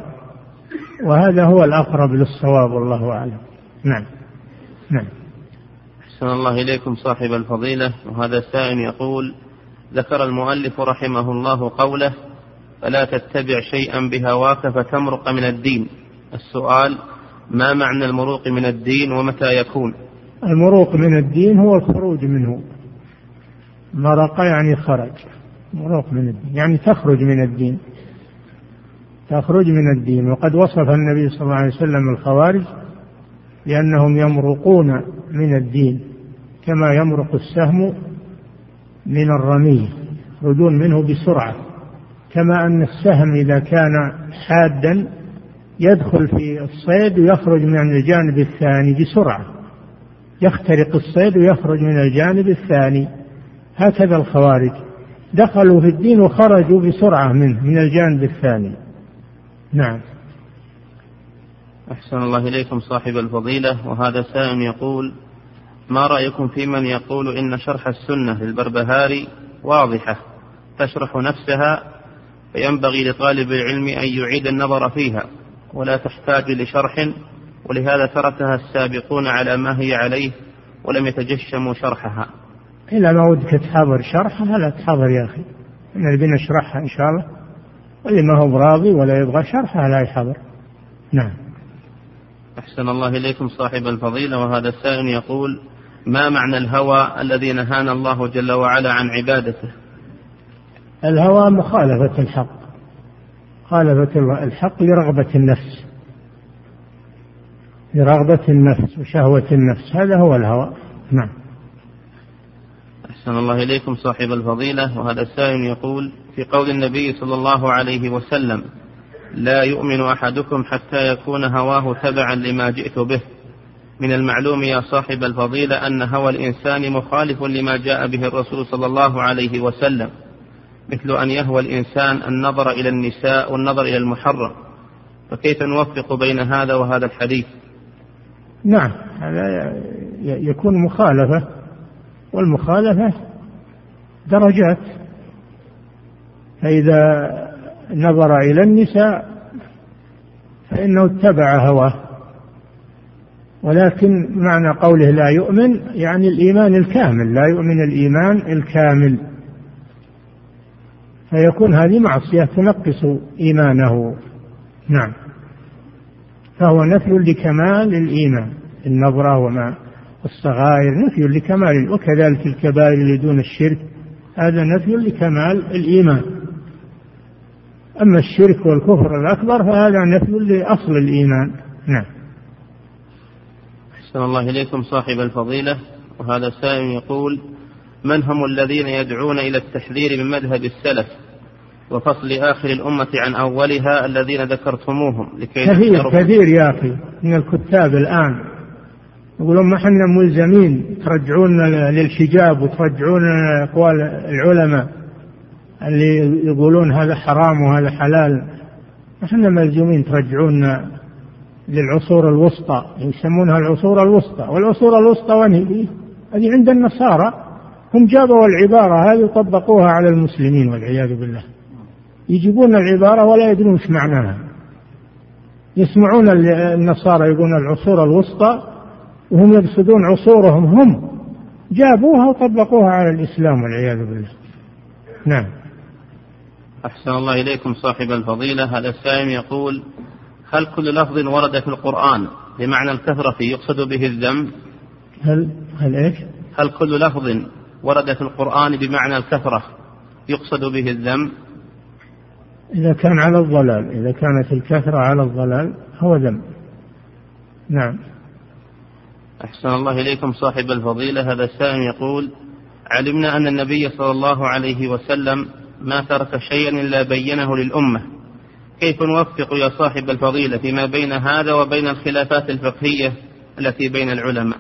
وهذا هو الأقرب للصواب والله أعلم. نعم. نعم. أحسن أحسن الله إليكم صاحب الفضيلة. وهذا سائل يقول: ذكر المؤلف رحمه الله قوله: فلا تتبع شيئا بهواك فتمرق من الدين. السؤال: ما معنى المروق من الدين ومتى يكون؟ المروق من الدين هو الخروج منه. مرق يعني خرج، مروق من الدين يعني تخرج من الدين، تخرج من الدين. وقد وصف النبي صلى الله عليه وسلم الخوارج لأنهم يمرقون من الدين كما يمرق السهم من الرمي، يخرجون منه بسرعة، كما أن السهم إذا كان حادا يدخل في الصيد ويخرج من الجانب الثاني بسرعة، يخترق الصيد ويخرج من الجانب الثاني. هكذا الخوارج دخلوا في الدين وخرجوا بسرعة منه من الجانب الثاني. نعم. أحسن الله إليكم صاحب الفضيلة. وهذا سائل يقول: ما رأيكم في من يقول إن شرح السنة للبربهاري واضحة تشرح نفسها، فينبغي لطالب العلم أن يعيد النظر فيها ولا تحتاج لشرح، ولهذا تركها السابقون على ما هي عليه ولم يتجشموا شرحها؟ إلا ما ودك تحضر شرحها لا تحضر يا أخي، نبي نشرحها إن شاء الله، واللي ما هو براضي ولا يبغى شرحها لا يحضر. نعم. أحسن الله إليكم صاحب الفضيلة. وهذا السائل يقول: ما معنى الهوى الذي نهانا الله جل وعلا عن عبادته؟ الهوى مخالفة الحق، مخالفة الحق لرغبة النفس، لرغبة النفس وشهوة النفس، هذا هو الهوى. نعم. أحسن الله إليكم صاحب الفضيلة. وهذا السائل يقول: في قول النبي صلى الله عليه وسلم: لا يؤمن أحدكم حتى يكون هواه تبعا لما جئت به، من المعلوم يا صاحب الفضيلة أن هوى الإنسان مخالف لما جاء به الرسول صلى الله عليه وسلم، مثل أن يهوى الإنسان النظر إلى النساء والنظر إلى المحرم، فكيف نوفق بين هذا وهذا الحديث؟ نعم، هذا يكون مخالفة، والمخالفة درجات، فإذا نظر إلى النساء فإنه اتبع هواه، ولكن معنى قوله لا يؤمن يعني الإيمان الكامل، لا يؤمن الإيمان الكامل، فيكون هذه معصية تنقص إيمانه. نعم. فهو نفي لكمال الإيمان، النظرة وما الصغائر نفي لكمال، وكذلك الكبائر اللي دون الشرك هذا نفي لكمال الإيمان. أما الشرك والكفر الأكبر فهذا نفي لأصل الإيمان. نعم. أحسن الله إليكم صاحب الفضيلة. وهذا سائل يقول: من هم الذين يدعون إلى التحذير من مذهب السلف وفصل آخر الأمة عن أولها الذين ذكرتموهم لكي كثير يا أخي من الكتاب الآن يقولون ما احنا ملزمين، ترجعون للحجاب وترجعون أقوال العلماء اللي يقولون هذا حرام وهذا حلال، احنا ملزومين ترجعون للعصور الوسطى، يسمونها العصور الوسطى. والعصور الوسطى وين هذه؟ عند النصارى، هم جابوا العبارة هذه وطبقوها على المسلمين والعياذ بالله، يجيبون العبارة ولا يدرون ايش معناها، يسمعون النصارى يقولون العصور الوسطى وهم يقصدون عصورهم، هم جابوها وطبقوها على الإسلام والعياذ بالله. نعم. أحسن الله إليكم صاحب الفضيلة. هذا السائل يقول: هل كل لفظ ورد في القرآن بمعنى الكثرة يقصد به الذم؟ هل إيش؟ هل كل لفظ ورد في القرآن بمعنى الكثرة يقصد به الذم؟ إذا كان على الضلال، إذا كانت الكثرة على الضلال هو ذم. نعم. أحسن الله إليكم صاحب الفضيلة. هذا السائل يقول: علمنا أن النبي صلى الله عليه وسلم ما ترك شيئا إلا بينه للأمة، كيف نوفق يا صاحب الفضيلة فيما بين هذا وبين الخلافات الفقهية التي بين العلماء؟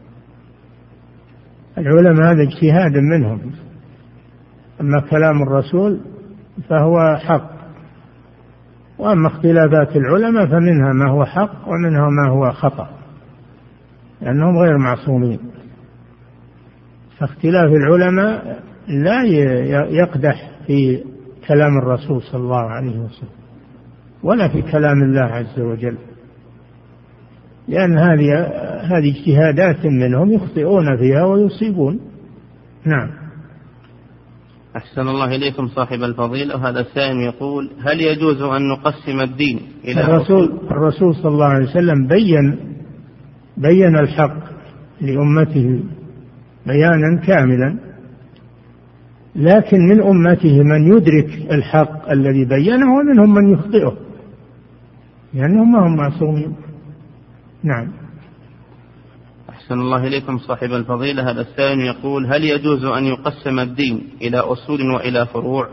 العلماء هذا اجتهاد منهم، أما كلام الرسول فهو حق، وأما اختلافات العلماء فمنها ما هو حق ومنها ما هو خطأ، لأنهم غير معصومين. فاختلاف العلماء لا يقدح في كلام الرسول صلى الله عليه وسلم ولا في كلام الله عز وجل. لأن هذه اجتهادات منهم يخطئون فيها ويصيبون. نعم. أحسن الله إليكم صاحب الفضيلة. وهذا السائل يقول: هل يجوز أن نقسم الدين إلى الرسول صلى الله عليه وسلم بين الحق لأمته بيانا كاملا، لكن من أمته من يدرك الحق الذي بينه ومنهم من يخطئه، لأنهم ما هم معصومين. نعم. أحسن الله إليكم صاحب الفضيلة. هذا السائل يقول: هل يجوز أن يقسم الدين إلى أصول وإلى فروع؟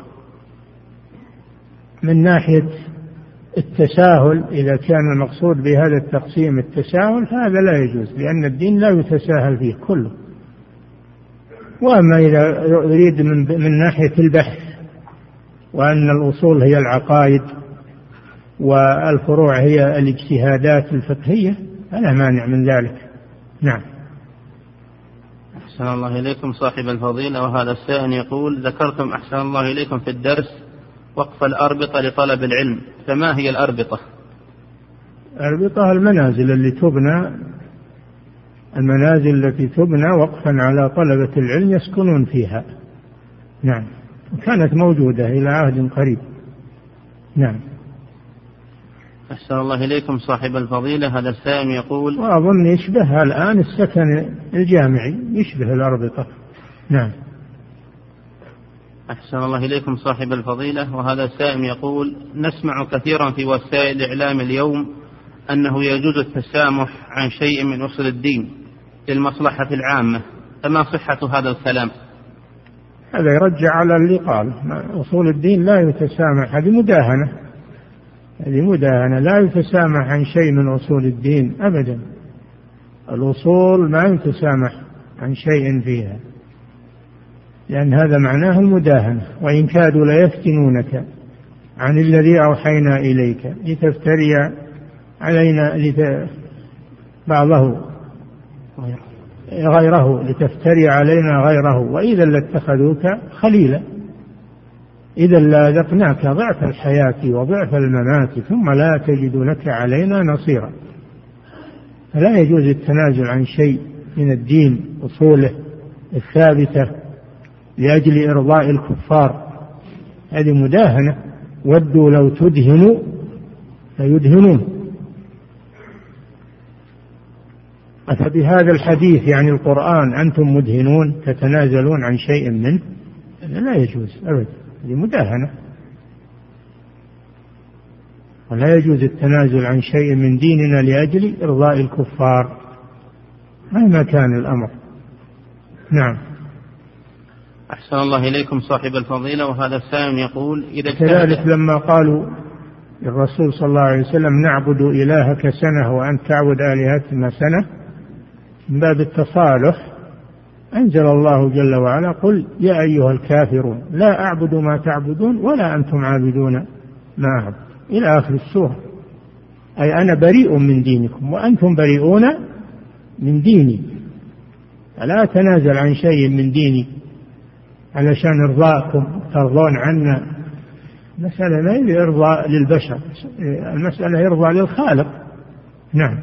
من ناحية التساهل، إذا كان المقصود بهذا التقسيم التساهل، هذا لا يجوز، لأن الدين لا يتساهل فيه كله. وأما إذا يريد من ناحية البحث، وأن الأصول هي العقائد والفروع هي الاجتهادات الفقهية، فلا مانع من ذلك. نعم. أحسن الله إليكم صاحب الفضيلة. وهذا السائل يقول: ذكرتم أحسن الله إليكم في الدرس وقف الأربطة لطلب العلم، فما هي الأربطة؟ الأربطة المنازل التي تبنى وقفا على طلبة العلم يسكنون فيها. نعم. كانت موجودة إلى عهد قريب. نعم. أحسن الله إليكم صاحب الفضيلة. هذا السائل يقول: وأظن يشبه الآن السكن الجامعي، يشبه الأربطة. نعم. أحسن الله إليكم صاحب الفضيلة. وهذا السائل يقول: نسمع كثيرا في وسائل الإعلام اليوم أنه يجوز التسامح عن شيء من أصول الدين للمصلحة العامة، فما صحة هذا الكلام؟ هذا يرجع على اللي قال أصول الدين لا يتسامح، هذه مداهنة، لا يتسامح عن شيء من أصول الدين أبدا. الأصول ما يتسامح عن شيء فيها، لأن هذا معناه المداهنة. وإن كادوا ليفتنونك عن الذي أوحينا إليك لتفتري علينا بعضه غيره، لتفتري علينا غيره، وإذا لاتخذوك خليلا، إذا لأذقناك ضعف الحياة وضعف الممات ثم لا تجد لك علينا نصيرا. فلا يجوز التنازل عن شيء من الدين أصوله الثابتة لأجل إرضاء الكفار، هذه مداهنة. ودوا لو تدهنوا فيدهنون. أفبهذا الحديث يعني القرآن أنتم مدهنون تتنازلون عن شيء منه؟ لا يجوز أبدا، هذه مداهنة. ولا يجوز التنازل عن شيء من ديننا لأجل إرضاء الكفار مهما كان الأمر. نعم. أحسن الله إليكم صاحب الفضيلة. وهذا السائل يقول: إذا كذلك لما قالوا الرسول صلى الله عليه وسلم نعبد إلهك سنة وأنت تعبد آلهتنا سنة، من باب التصالح أنزل الله جل وعلا: قل يا أيها الكافرون لا أعبد ما تعبدون ولا أنتم عابدون ما أعبد، إلى آخر السورة. أي أنا بريء من دينكم وأنتم بريئون من ديني، فلا أتنازل عن شيء من ديني علشان إرضاءكم ترضون عنا. المسألة ما هي إرضاء للبشر، المسألة إرضاء للخالق. نعم.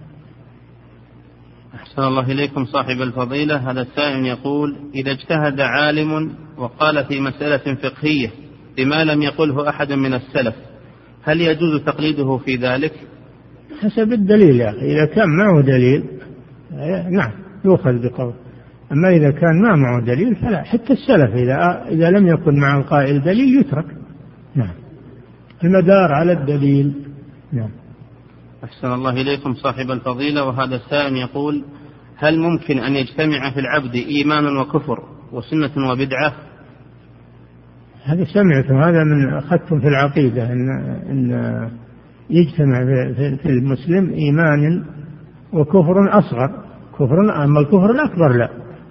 أحسن الله إليكم صاحب الفضيلة. هذا السائل يقول: إذا اجتهد عالم وقال في مسألة فقهية بما لم يقله أحد من السلف، هل يجوز تقليده في ذلك؟ حسب الدليل يا أخي، إذا كان معه دليل نعم يؤخذ بقول، أما إذا كان ما معه دليل فلا. حتى السلف إذا لم يكن مع القائل دليل يترك. نعم. المدار على الدليل. نعم. أحسن الله إليكم صاحب الفضيلة. وهذا السائل يقول: هل ممكن أن يجتمع في العبد إيمان وكفر وسنة وبدعة؟ هذا سمعتم، هذا من أخذتم في العقيدة إن يجتمع في المسلم إيمان وكفر أصغر، أما الكفر الأكبر لا،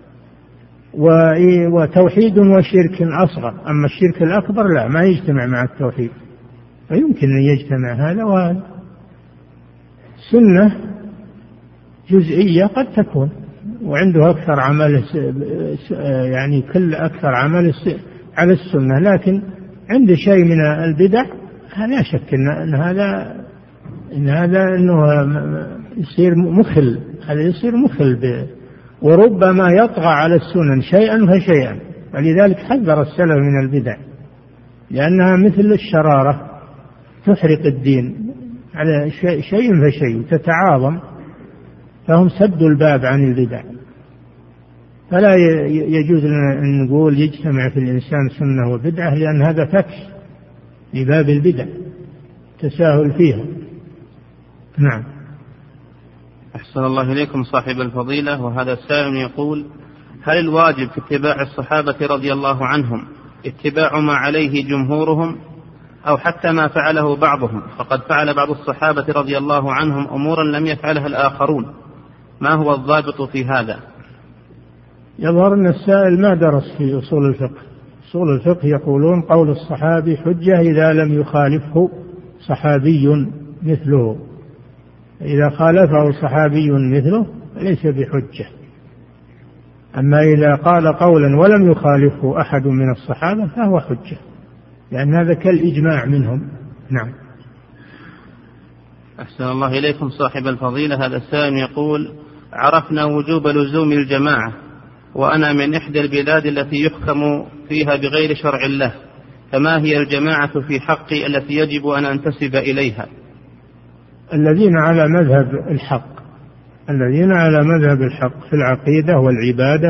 وتوحيد وشرك أصغر، أما الشرك الأكبر لا، ما يجتمع مع التوحيد. فيمكن أن يجتمع هذا وهذا. سنة جزئية قد تكون وعنده أكثر عمل، يعني كل أكثر عمل على السنة، لكن عنده شيء من البدع لا شك أن هذا إن هذا أنه يصير مخل، هذا يصير مخل وربما يطغى على السنن شيئا فشيئا. ولذلك حذر السلف من البدع، لأنها مثل الشرارة تحرق الدين على شيء فشيء تتعاظم، فهم سدوا الباب عن البدع. فلا يجوز أن نقول يجتمع في الإنسان سنة وبدعة، لأن هذا فتح لباب البدع تساهل فيها. نعم. أحسن الله إليكم صاحب الفضيلة. وهذا السائل يقول: هل الواجب في اتباع الصحابة رضي الله عنهم اتباع ما عليه جمهورهم أو حتى ما فعله بعضهم؟ فقد فعل بعض الصحابة رضي الله عنهم أمورا لم يفعلها الآخرون، ما هو الضابط في هذا؟ يظهر أن السائل ما درس في أصول الفقه. أصول الفقه يقولون قول الصحابي حجة إذا لم يخالفه صحابي مثله، إذا خالفه صحابي مثله ليس بحجة. أما إذا قال قولا ولم يخالفه أحد من الصحابة فهو حجة، لأن هذا كالإجماع منهم. نعم. أحسن الله إليكم صاحب الفضيلة. هذا السائل يقول: عرفنا وجوب لزوم الجماعة، وأنا من إحدى البلاد التي يحكم فيها بغير شرع الله، فما هي الجماعة في حقي التي يجب أن أنتسب إليها؟ الذين على مذهب الحق، الذين على مذهب الحق في العقيدة والعبادة،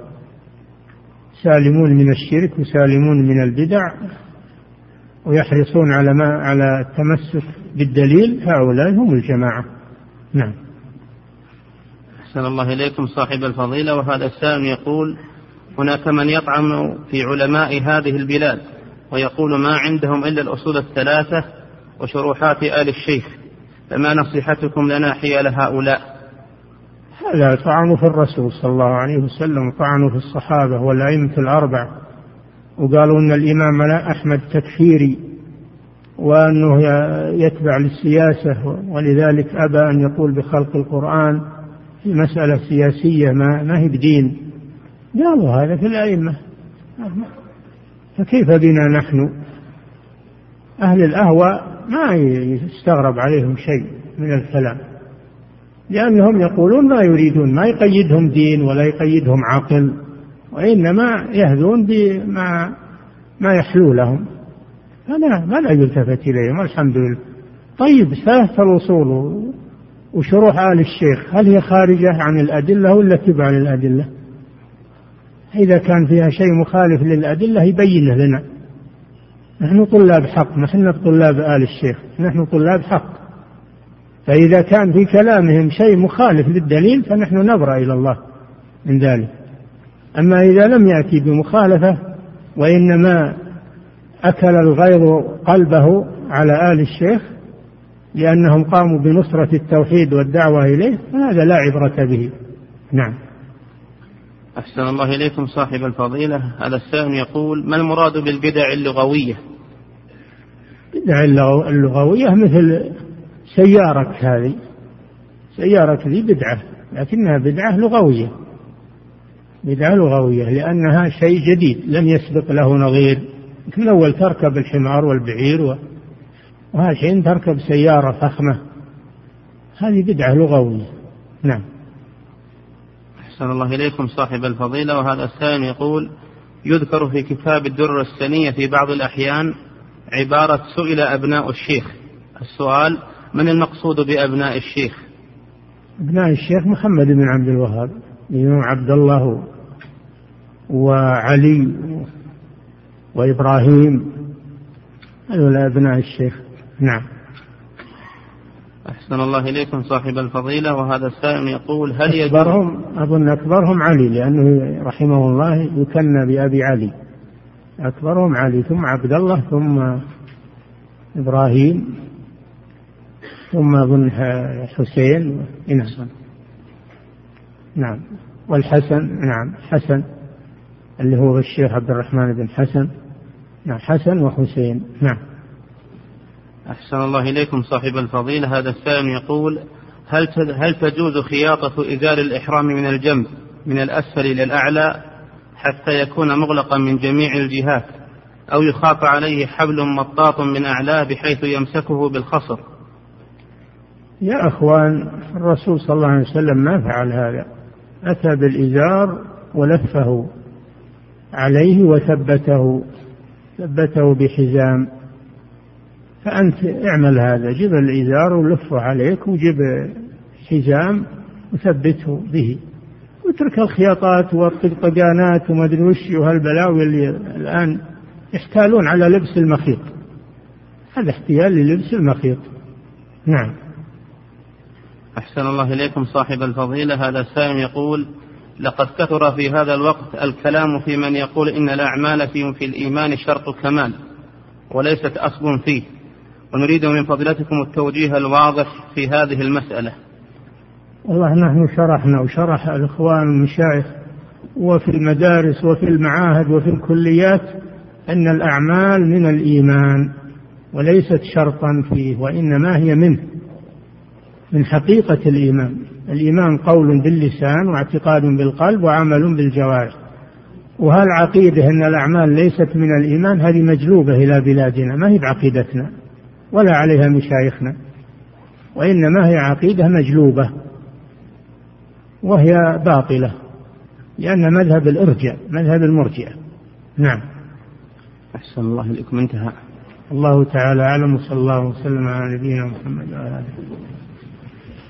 وسالمون من الشرك وسالمون من البدع ويحرصون على التمسك بالدليل، هؤلاء هم الجماعة. نعم. أحسن الله إليكم صاحب الفضيلة. وهذا السائل يقول: هناك من يطعن في علماء هذه البلاد ويقول ما عندهم إلا الأصول الثلاثة وشروحات آل الشيخ، فما نصيحتكم لنا حيال هؤلاء؟ هذا طعنوا في الرسول صلى الله عليه وسلم، وطعنوا في الصحابة والأئمة الأربعة، وقالوا أن الإمام أحمد تكفيري وأنه يتبع للسياسة، ولذلك أبى أن يقول بخلق القرآن في مسألة سياسية ما هي بدين. قالوا هذا في الأئمة، فكيف بنا نحن أهل الأهواء؟ ما يستغرب عليهم شيء من الكلام، لأنهم يقولون ما يريدون، ما يقيدهم دين ولا يقيدهم عقل، وإنما يهدون بما يحلو لهم، فلا يلتفت إليهم. الحمد لله. طيب، ثلاثة الأصول وشروح آل الشيخ هل هي خارجة عن الأدلة ولا تبع للأدلة؟ إذا كان فيها شيء مخالف للأدلة يبينه لنا. نحن طلاب حق، نحن طلاب آل الشيخ، نحن طلاب حق، فإذا كان في كلامهم شيء مخالف للدليل فنحن نبرأ إلى الله من ذلك. أما إذا لم يأتي بمخالفة وإنما أكل الغيظ قلبه على آل الشيخ لأنهم قاموا بنصرة التوحيد والدعوة إليه، فهذا لا عبرة به. نعم. أحسن الله إليكم صاحب الفضيلة. هذا السائل يقول: ما المراد بالبدع اللغوية؟ بدع اللغوية مثل سيارك هذه، سيارك ذي بدعة، لكنها بدعة لغوية، بدعة لغوية لأنها شيء جديد لم يسبق له نظير. كل أول تركب الحمار والبعير، وهالحين تركب سيارة فخمة، هذه بدعة لغوية. نعم. أحسن الله إليكم صاحب الفضيلة. وهذا السائل يقول: يذكر في كتاب الدر السنية في بعض الأحيان عبارة سئل أبناء الشيخ. السؤال: من المقصود بأبناء الشيخ؟ أبناء الشيخ محمد بن عبد الوهاب، الإمام عبد الله وعلي وإبراهيم، هؤلاء أبناء الشيخ. نعم. أحسن الله إليكم صاحب الفضيلة. وهذا السائل يقول: هل أكبرهم علي، لأنه رحمه الله يكنى بأبي علي، أكبرهم علي، ثم عبد الله، ثم إبراهيم، ثم ابن حسين. نعم. والحسن، نعم، حسن اللي هو الشيخ عبد الرحمن بن حسن. نعم، حسن وحسين. نعم. أحسن الله إليكم صاحب الفضيلة. هذا السائل يقول: هل تجوز خياطة إزار الإحرام من الجنب من الأسفل إلى الأعلى حتى يكون مغلقا من جميع الجهات، أو يخاط عليه حبل مطاط من أعلاه بحيث يمسكه بالخصر؟ يا أخوان، الرسول صلى الله عليه وسلم ما فعل هذا، أتى بالإزار ولفه عليه وثبته بحزام. فأنت اعمل هذا، جب الإزار ولفه عليك، وجب حزام وثبته به، واترك الخياطات والطقطقانات وما أدري وش وهالبلاوي اللي الآن يحتالون على لبس المخيط. هذا احتيال للبس المخيط. نعم. أحسن الله إليكم صاحب الفضيلة. هذا سائل يقول: لقد كثر في هذا الوقت الكلام في من يقول إن الأعمال في الإيمان شرط كمال وليست أصل فيه، ونريد من فضيلتكم التوجيه الواضح في هذه المسألة. والله نحن شرحنا وشرح الإخوان المشايخ وفي المدارس وفي المعاهد وفي الكليات أن الأعمال من الإيمان وليست شرطا فيه، وإنما هي من حقيقة الإيمان. الإيمان قول باللسان واعتقاد بالقلب وعمل بالجوارح. وهالعقيدة أن الأعمال ليست من الإيمان هذه مجلوبة إلى بلادنا، ما هي بعقيدتنا ولا عليها مشايخنا، وإنما هي عقيدة مجلوبة وهي باطلة، لأن مذهب الإرجاء مذهب المرجئة. نعم. أحسن الله إليكم. انتهى. الله تعالى أعلم، وصلى الله وسلم على نبينا محمد وعلى آله.